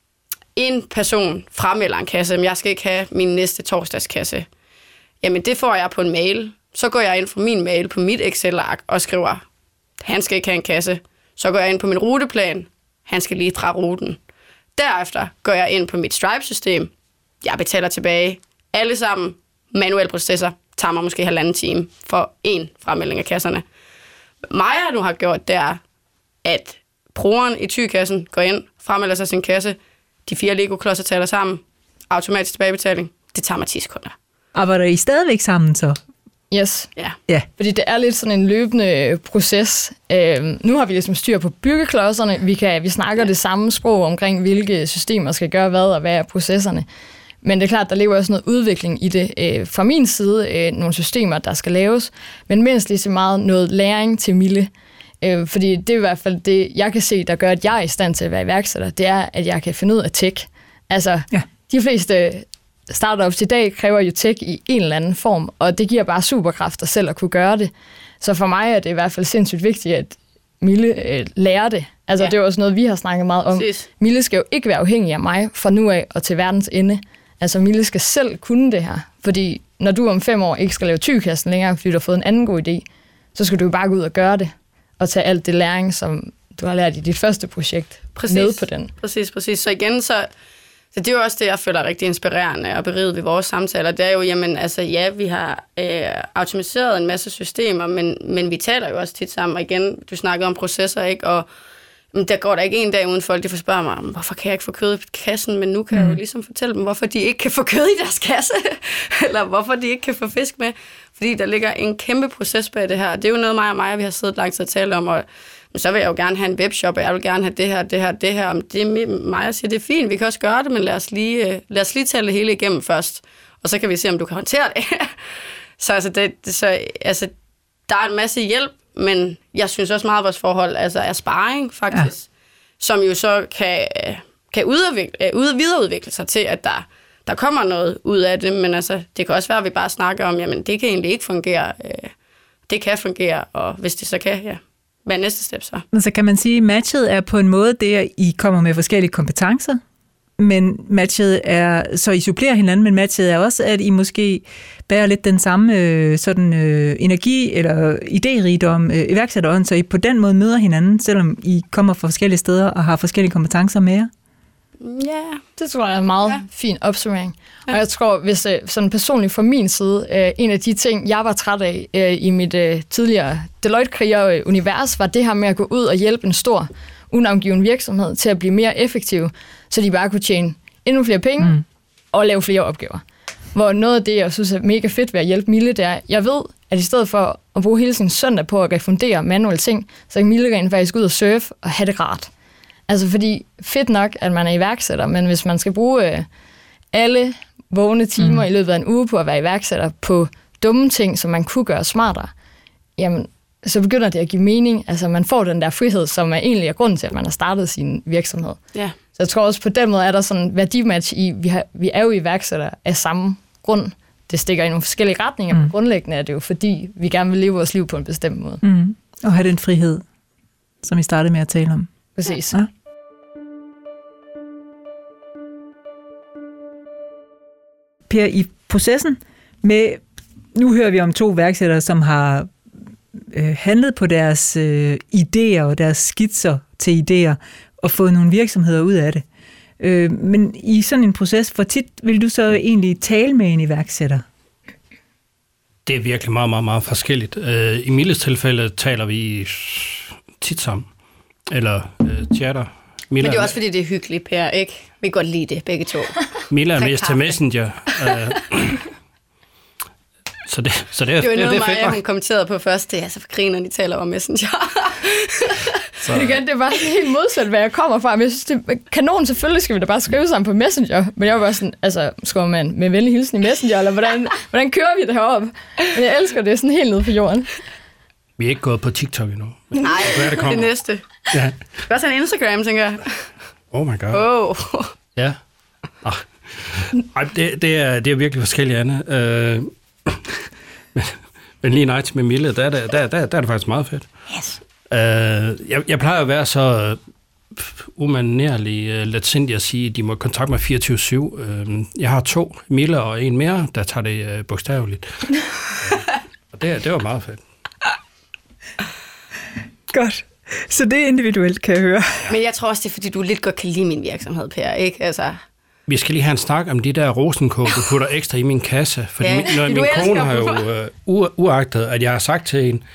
Speaker 4: en person fremmelder en kasse, men jeg skal ikke have min næste torsdagskasse. Jamen, det får jeg på en mail. Så går jeg ind på min mail på mit Excel-ark og skriver, han skal ikke have en kasse. Så går jeg ind på min ruteplan. Han skal lige fra ruten. Derefter går jeg ind på mit Stripe-system. Jeg betaler tilbage. Alle sammen manuelle processer. Tager mig måske 1,5 time for en fremmelding af kasserne. Maja nu har gjort, det er, at brugeren i Thy-kassen går ind, fremmelder sig sin kasse. De 4 Lego-klodser taler sammen. Automatisk tilbagebetaling. Det tager mig 10 sekunder.
Speaker 2: Arbejder I stadigvæk sammen så?
Speaker 5: Yes.
Speaker 4: Ja.
Speaker 5: Fordi det er lidt sådan en løbende proces. Nu har vi ligesom styr på byggeklodserne. Vi snakker det samme sprog omkring, hvilke systemer skal gøre hvad, og hvad er processerne. Men det er klart, der lever også noget udvikling i det. Fra min side, nogle systemer, der skal laves, men mindst lige så meget noget læring til Mille. Fordi det er i hvert fald det, jeg kan se, der gør, at jeg er i stand til at være iværksætter, det er, at jeg kan finde ud af tech. Altså, de fleste startups i dag kræver jo tech i en eller anden form, og det giver bare superkræfter selv at kunne gøre det. Så for mig er det i hvert fald sindssygt vigtigt, at Mille lærer det. Altså, det er også noget, vi har snakket meget om.
Speaker 4: Præcis.
Speaker 5: Mille skal jo ikke være afhængig af mig fra nu af og til verdens ende. Altså, Mille skal selv kunne det her. Fordi når du om 5 år ikke skal lave Thy-kassen længere, fordi du har fået en anden god idé, så skal du jo bare gå ud og gøre det. Og tage alt det læring, som du har lært i dit første projekt, med på den.
Speaker 4: Præcis. Så igen, så det er jo også det, jeg føler rigtig inspirerende og beriget ved vores samtaler. Det er jo, jamen, altså ja, vi har automatiseret en masse systemer, men vi taler jo også tit sammen. Og igen, du snakkede om processer, ikke? Og der går der ikke en dag uden folk, de får spørge mig, hvorfor kan jeg ikke få kød i kassen, men nu kan jeg jo ligesom fortælle dem, hvorfor de ikke kan få kød i deres kasse, eller hvorfor de ikke kan få fisk med, fordi der ligger en kæmpe proces bag det her. Det er jo noget, mig og vi har siddet lang tid og talt om, og så vil jeg jo gerne have en webshop, og jeg vil gerne have det her. Det er mig, jeg siger, det er fint, vi kan også gøre det, men lad os lige tale det hele igennem først, og så kan vi se, om du kan håndtere det. Så der er en masse hjælp, men jeg synes også meget, at vores forhold er sparring, faktisk, som jo så kan videreudvikle sig til, at der kommer noget ud af det, men altså, det kan også være, at vi bare snakker om, jamen, det kan egentlig ikke fungere. Det kan fungere, og hvis det så kan, hvad er næste step så?
Speaker 2: Så kan man sige, at matchet er på en måde det, at I kommer med forskellige kompetencer, men matchet er, så I supplerer hinanden, men matchet er også, at I måske bærer lidt den samme energi eller idérigdom, iværksætterånd, så I på den måde møder hinanden, selvom I kommer fra forskellige steder og har forskellige kompetencer med jer?
Speaker 5: Ja, det tror jeg er en meget fin opsummering. Ja. Og jeg tror, hvis sådan personligt fra min side, en af de ting, jeg var træt af i mit tidligere Deloitte-kriger-univers, var det her med at gå ud og hjælpe en stor, unavngiven virksomhed til at blive mere effektiv, så de bare kunne tjene endnu flere penge og lave flere opgaver. Hvor noget af det, jeg synes er mega fedt ved at hjælpe Mille, det er, jeg ved, at i stedet for at bruge hele sin søndag på at refundere manuelle ting, så kan Mille rent faktisk ud og surfe og have det rart. Altså fordi fedt nok, at man er iværksætter, men hvis man skal bruge alle vågne timer i løbet af en uge på at være iværksætter på dumme ting, som man kunne gøre smartere, jamen så begynder det at give mening. Altså man får den der frihed, som er egentlig grunden til, at man har startet sin virksomhed. Ja. Så jeg tror også på den måde er der sådan en værdimatch i, vi er jo iværksætter af samme grund. Det stikker i nogle forskellige retninger, men grundlæggende er det jo, fordi vi gerne vil leve vores liv på en bestemt måde.
Speaker 2: Og have den frihed, som I startede med at tale om.
Speaker 5: Præcis.
Speaker 2: Ja. Per, i processen med, nu hører vi om 2 værksættere, som har handlet på deres idéer og deres skitser til idéer og fået nogle virksomheder ud af det. Men i sådan en proces, hvor tit vil du så egentlig tale med en iværksætter?
Speaker 3: Det er virkelig meget, meget, meget forskelligt. I Milles tilfælde taler vi tit sammen. Eller chatter.
Speaker 4: Men det er også fordi, det er hyggeligt, Per, ikke? Vi kan godt lide det, begge to.
Speaker 3: Mille er mest til Messenger. Så det er
Speaker 4: noget,
Speaker 3: fedt.
Speaker 4: Maja, hun kommenterede på først, det er så for griner, de taler om Messenger.
Speaker 5: Så. Igen, det var helt modsat, hvad jeg kommer fra. Men jeg synes, det er kanon, selvfølgelig skal vi da bare skrive sammen på Messenger. Men jeg var bare sådan, altså, skriver man med venlig hilsen i Messenger, eller hvordan kører vi det heroppe? Men jeg elsker det sådan helt nede på jorden.
Speaker 3: Vi er ikke gået på TikTok endnu.
Speaker 4: Nej, det næste. Ja. Det er også en Instagram, tænker jeg.
Speaker 3: Oh my god. Ja. Det er virkelig forskelligt, Anne. Men lige nej til med Mille, der er det faktisk meget fedt.
Speaker 4: Yes.
Speaker 3: Jeg plejer at være så umanerlig letsindig at sige, at de må kontakte mig 24/7. Jeg har 2, Mille og en mere, der tager det bogstaveligt. Og det var meget fedt.
Speaker 2: Godt. Så det er individuelt, kan jeg høre.
Speaker 4: Men jeg tror også, det er, fordi du lidt godt kan lide min virksomhed, Per, ikke? Altså.
Speaker 3: Vi skal lige have en snak om de der rosenkål, du putter ekstra i min kasse. Fordi min kone har jo uagtet, at jeg har sagt til hende,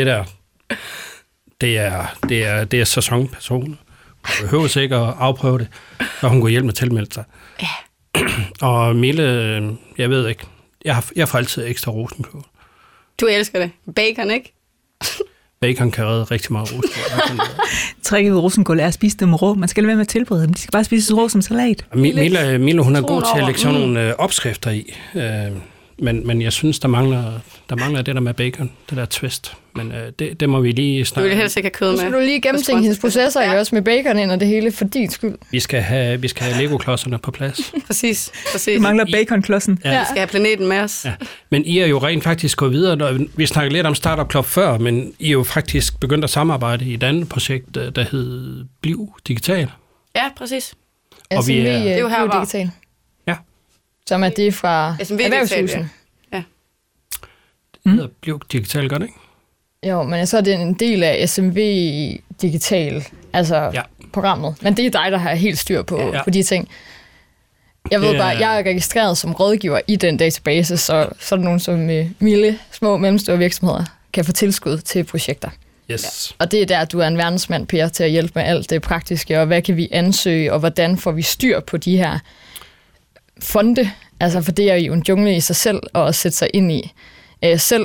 Speaker 3: det er sæsonperson. Hun behøver ikke at afprøve det, så hun går hjælp med at tilmelde sig. Ja. Og Mille, jeg ved ikke, jeg får altid ekstra rosenkål.
Speaker 4: Du elsker det. Bacon, ikke?
Speaker 3: Bacon kan redde rigtig meget rosenkål.
Speaker 2: Tricket ved rosenkål er at spise dem rå. Man skal lade være med at tilberede dem. De skal bare spises rå som salat.
Speaker 3: Mille, hun er god til at lægge sådan nogle opskrifter i. Men jeg synes, der mangler det der med bacon, det der twist. Men det må vi lige snakke om.
Speaker 4: Du vil helst ikke have kød med.
Speaker 5: Så skal du lige gennemtænke hendes processer, også med bacon ind og det hele, for din skyld.
Speaker 3: Vi skal have Lego-klodserne på plads.
Speaker 4: Præcis.
Speaker 2: Du mangler baconklodsen.
Speaker 4: Ja. Vi skal have planeten med os.
Speaker 3: Ja. Men I er jo rent faktisk gået videre. Vi snakkede lidt om Startup Club før, men I er jo faktisk begyndt at samarbejde i et andet projekt, der hed Bliv Digital.
Speaker 4: Ja, præcis.
Speaker 5: Og vi er jo her Digital.
Speaker 3: Ja.
Speaker 5: Som er det fra Erhvervshusen.
Speaker 4: Ja.
Speaker 3: Det hedder Bliv Digital, gør det ikke?
Speaker 5: Jo, men så er det en del af SMV Digital, altså programmet. Men det er dig, der har helt styr på de ting. Jeg ved bare, jeg er registreret som rådgiver i den database, så sådan nogen som Mille, små mellemstore virksomheder, kan få tilskud til projekter.
Speaker 3: Yes.
Speaker 5: Og det er der, du er en verdensmand, Per, til at hjælpe med alt det praktiske, og hvad kan vi ansøge, og hvordan får vi styr på de her fonde. Altså, for det er jo en jungle i sig selv, at sætte sig ind i. Selv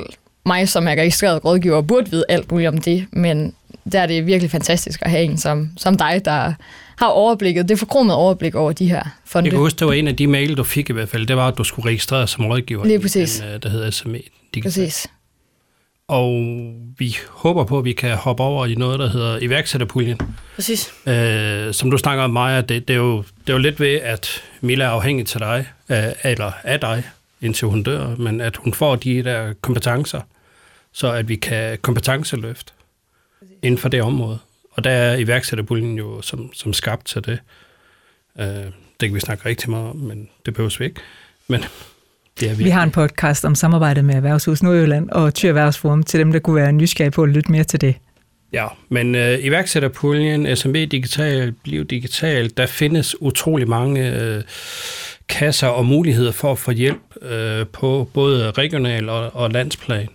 Speaker 5: mig, som er registreret rådgiver, burde vide alt muligt om det, men der er det virkelig fantastisk at have en som dig, der har overblikket, det forkromede overblik over de her fonde.
Speaker 3: Jeg kan huske, det var en af de mail, du fik i hvert fald, det var, at du skulle registrere som rådgiver.
Speaker 5: Lige præcis.
Speaker 3: Den, der hedder SME Digital.
Speaker 5: Præcis.
Speaker 3: Og vi håber på, at vi kan hoppe over i noget, der hedder iværksætterpuljen.
Speaker 4: Præcis.
Speaker 3: Som du snakker om, Maja, det er jo lidt ved, at Milla er afhængig til dig, eller af dig, indtil hun dør, men at hun får de der kompetencer, så at vi kan kompetenceløfte inden for det område. Og der er iværksætterpuljen jo som skabt til det. Det kan vi snakke rigtig meget om, men det behøves vi ikke. Men det er
Speaker 2: vi har en podcast om samarbejde med Erhvervshus Nordjylland og Thy Erhvervsforum til dem, der kunne være nysgerrige på at lytte mere til det.
Speaker 3: Ja, men iværksætterpuljen, SME Digital, Bliv Digital, der findes utrolig mange kasser og muligheder for at få hjælp på både regional og landsplan.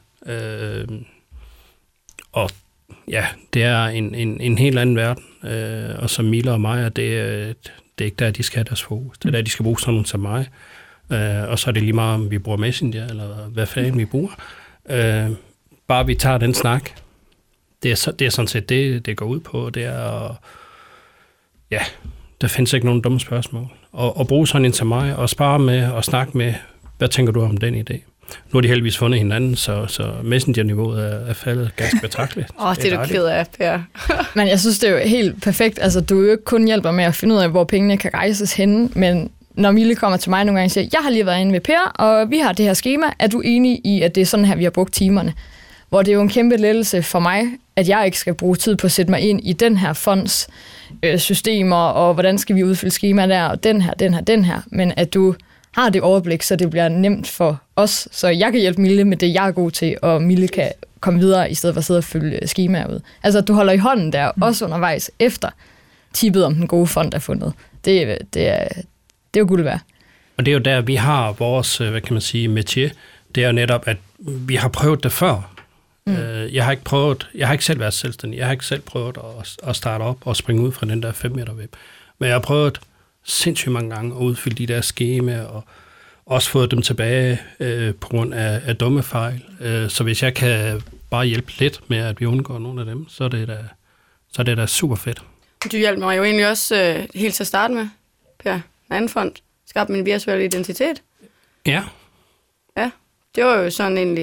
Speaker 3: Og ja, det er en helt anden verden. Og som Milla og mig, det er ikke der, de skal have deres fokus. Det er der, de skal bruge sådan nogen som mig. Og så er det lige meget, om vi bruger Messenger, eller hvad fanden vi bruger. Bare vi tager den snak. Det er sådan set det går ud på. Det er, ja, der findes ikke nogen dumme spørgsmål. Og bruge sådan en som mig, og spare med, og snakke med, hvad tænker du om den idé? Nu har de heldigvis fundet hinanden, så Messenger-niveauet er faldet ganske betragteligt.
Speaker 4: Det er du ked af, Per.
Speaker 5: Men jeg synes, det er jo helt perfekt. Altså, du jo ikke kun hjælper med at finde ud af, hvor pengene kan rejses henne, men når Mille kommer til mig nogle gange og siger, jeg har lige været inde ved Per, og vi har det her schema. Er du enig i, at det er sådan her, vi har brugt timerne? Hvor det er jo en kæmpe lettelse for mig, at jeg ikke skal bruge tid på at sætte mig ind i den her fonds systemer, og hvordan skal vi udfylde schema der, og den her. Men at du har det overblik, så det bliver nemt for os, så jeg kan hjælpe Mille med det, jeg er god til, og Mille kan komme videre, i stedet for at sidde og fylde skemaer ud. Altså, at du holder i hånden der, også undervejs, efter tippet om den gode fond er fundet. Det er jo guld værd.
Speaker 3: Og det er jo der, vi har vores, hvad kan man sige, métier. Det er jo netop, at vi har prøvet det før. Jeg har ikke selv været selvstændig. Jeg har ikke selv prøvet at starte op og springe ud fra den der 5 meter web. Men jeg har prøvet sindssygt mange gange at udfylde de der skemaer, og også fået dem tilbage på grund af dumme fejl. Så hvis jeg kan bare hjælpe lidt med, at vi undgår nogle af dem, så er det da super fedt.
Speaker 4: Du hjalp mig jo egentlig også helt til at starte med, Per, en anden fond. Skabte min virtuelle identitet.
Speaker 3: Ja.
Speaker 4: Ja, det var jo sådan egentlig,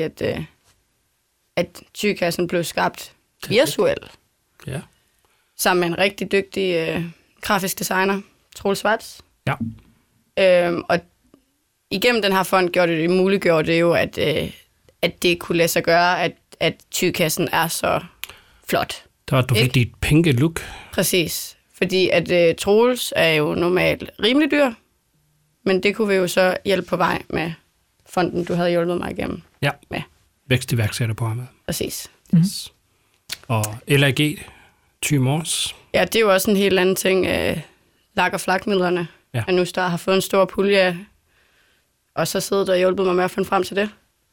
Speaker 4: at Thy-kassen blev skabt virtuelt.
Speaker 3: Ja.
Speaker 4: Sammen med en rigtig dygtig grafisk designer, Troels Schwartz.
Speaker 3: Ja.
Speaker 4: Og igennem den her fond muliggjorde det jo, at det kunne lade sig gøre, at Thy-kassen er så flot.
Speaker 3: Der var du fik dit pinke look.
Speaker 4: Præcis. Fordi at Troels er jo normalt rimelig dyr, men det kunne vi jo så hjælpe på vej med fonden, du havde hjulpet mig igennem.
Speaker 3: Ja.
Speaker 4: Med.
Speaker 3: Vækstiværksætterprogrammet.
Speaker 4: Præcis.
Speaker 3: Yes. Og LAG, Thy Mors.
Speaker 4: Ja, det er jo også en helt anden ting. Lag- og flakmidlerne.
Speaker 3: Ja.
Speaker 4: Og nu har fået en stor pulje, og så sidder der og hjulpet mig med at finde frem til det.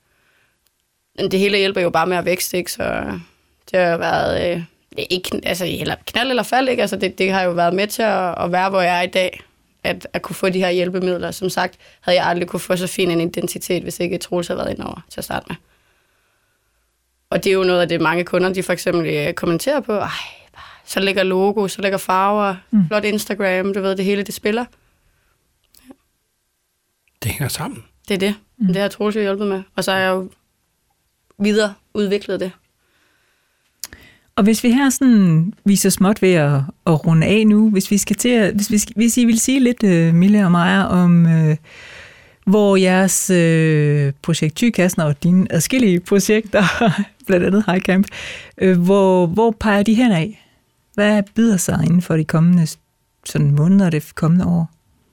Speaker 4: Men det hele hjælper jo bare med at vækste, ikke? Så det har jo været ikke, altså, eller knald eller fald, ikke? Altså, det har jo været med til at være, hvor jeg er i dag. At kunne få de her hjælpemidler. Som sagt, havde jeg aldrig kunne få så fin en identitet, hvis ikke Troels havde været indover til at starte med. Og det er jo noget af det, mange kunder, de for eksempel kommenterer på. Så lægger logo, så lægger farver, flot Instagram, du ved, det hele, det spiller. Ja.
Speaker 3: Det hænger sammen.
Speaker 4: Det er det. Det har Troels jo hjulpet med. Og så har jeg jo videre udviklet det.
Speaker 2: Og hvis vi her sådan viser småt ved at runde af nu, hvis I vil sige lidt, Mille og Maja, om hvor jeres projekt Thy-kassen og dine adskillige projekter, blandt andet HighCamp, hvor peger de hen af? Hvad byder sig inden for de kommende sådan måneder og det kommende år?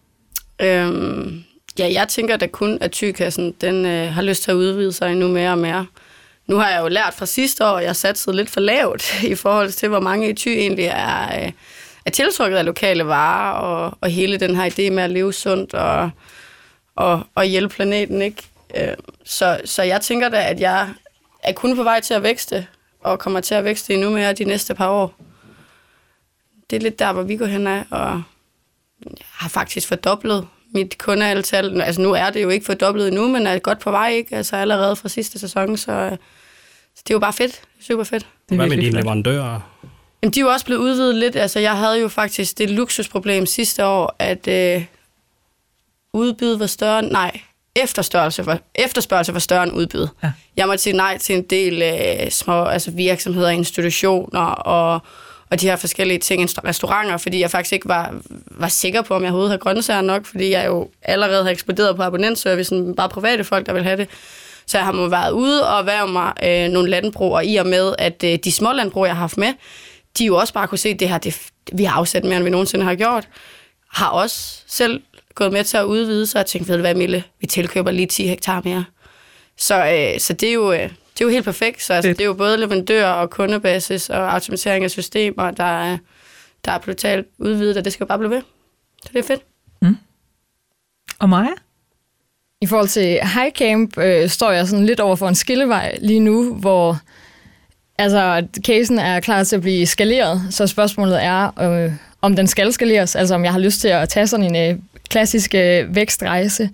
Speaker 4: Jeg tænker da kun, at Thy-kassen den har lyst til at udvide sig endnu mere og mere. Nu har jeg jo lært fra sidste år, at jeg satsede lidt for lavt i forhold til, hvor mange i Thy egentlig er tiltrukket af lokale varer, og hele den her idé med at leve sundt og hjælpe planeten, ikke? Så jeg tænker da, at jeg er kun på vej til at vækste, og kommer til at vækste endnu mere de næste par år. Det er lidt der, hvor vi går hen af, og jeg har faktisk fordoblet mit kundeantal. Altså nu er det jo ikke fordoblet endnu, men er godt på vej, ikke? Altså allerede fra sidste sæson, så Så det er jo bare fedt. Super fedt.
Speaker 2: Det er
Speaker 3: Hvad med
Speaker 2: virkelig
Speaker 3: dine
Speaker 2: flot.
Speaker 3: leverandører?
Speaker 4: Jamen, de er jo også blevet udvidet lidt. Altså, jeg havde jo faktisk det luksusproblem sidste år, at udbud var større. Nej, efterspørgsel var større end udbud.
Speaker 2: Ja.
Speaker 4: Jeg måtte sige nej til en del små virksomheder, institutioner og de her forskellige ting, restauranter, fordi jeg faktisk ikke var sikker på, om jeg overhovedet havde grøntsager nok, fordi jeg jo allerede har eksploderet på abonnentservicen, bare private folk, der vil have det. Så jeg har været ude og været mig nogle landbrug, og i og med, at de små landbrug, jeg har haft med, de jo også bare kunne se, at det her, vi har afsat mere, end vi nogensinde har gjort, har også selv gået med til at udvide sig, og tænkt, ved du hvad, Mille, vi tilkøber lige 10 hektar mere. Så det er jo helt perfekt. Så altså, det er jo både leverandør og kundebasis og automatisering af systemer, der er brutalt udvidet, og det skal jo bare blive ved. Så det er fedt.
Speaker 2: Mm. Og Maja?
Speaker 5: I forhold til HighCamp står jeg sådan lidt over for en skillevej lige nu, hvor casen er klar til at blive skaleret, så spørgsmålet er, om den skal skaleres, altså om jeg har lyst til at tage sådan en klassisk vækstrejse,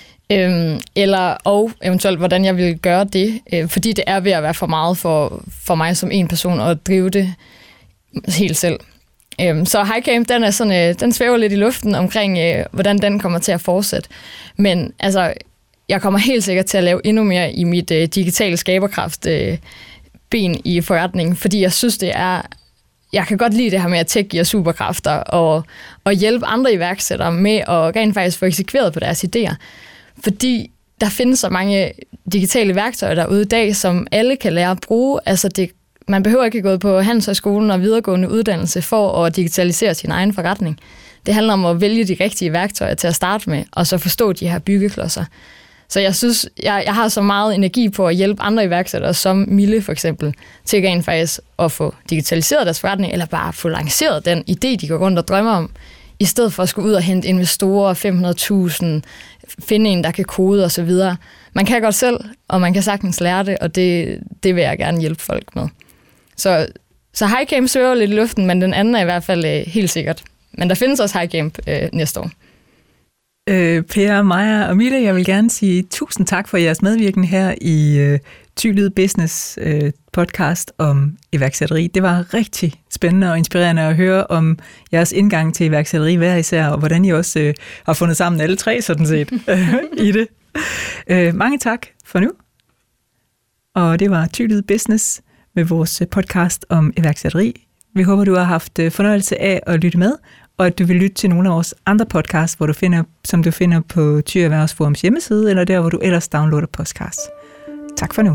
Speaker 5: og eventuelt hvordan jeg vil gøre det, fordi det er ved at være for meget for mig som en person at drive det helt selv. Så HighCamp, den svæver lidt i luften omkring, hvordan den kommer til at fortsætte. Men altså, jeg kommer helt sikkert til at lave endnu mere i mit digitale skaberkraft ben i forretningen, fordi jeg synes, jeg kan godt lide det her med, at tech giver superkræfter og hjælpe andre iværksættere med at rent faktisk få eksekveret på deres idéer. Fordi der findes så mange digitale værktøjer derude i dag, som alle kan lære at bruge. Altså man behøver ikke gå på handelshøjskolen og videregående uddannelse for at digitalisere sin egen forretning. Det handler om at vælge de rigtige værktøjer til at starte med, og så forstå de her byggeklodser. Så jeg synes, jeg har så meget energi på at hjælpe andre iværksættere, som Mille for eksempel, til rent faktisk at få digitaliseret deres forretning, eller bare få lanceret den idé, de går rundt og drømmer om, i stedet for at skulle ud og hente investorer, 500.000, finde en, der kan kode osv. Man kan godt selv, og man kan sagtens lære det, og det vil jeg gerne hjælpe folk med. Så HighCamp svæver lidt i luften, men den anden er i hvert fald helt sikkert. Men der findes også HighCamp næste år.
Speaker 2: Per, Maja og Mille, jeg vil gerne sige tusind tak for jeres medvirken her i Thy-Lyd Business podcast om iværksætteri. Det var rigtig spændende og inspirerende at høre om jeres indgang til iværksætteri hver især, og hvordan I også har fundet sammen alle tre sådan set i det. Mange tak for nu. Og det var Thy-Lyd Business med vores podcast om iværksætteri. Vi håber, du har haft fornøjelse af at lytte med, og at du vil lytte til nogle af vores andre podcasts, som du finder på Thy Erhvervsforums hjemmeside, eller der, hvor du ellers downloader podcasts. Tak for nu.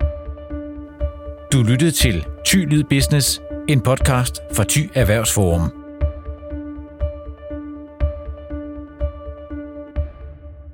Speaker 1: Du lyttede til Thy-Lyd Business, en podcast fra Thy Erhvervsforum.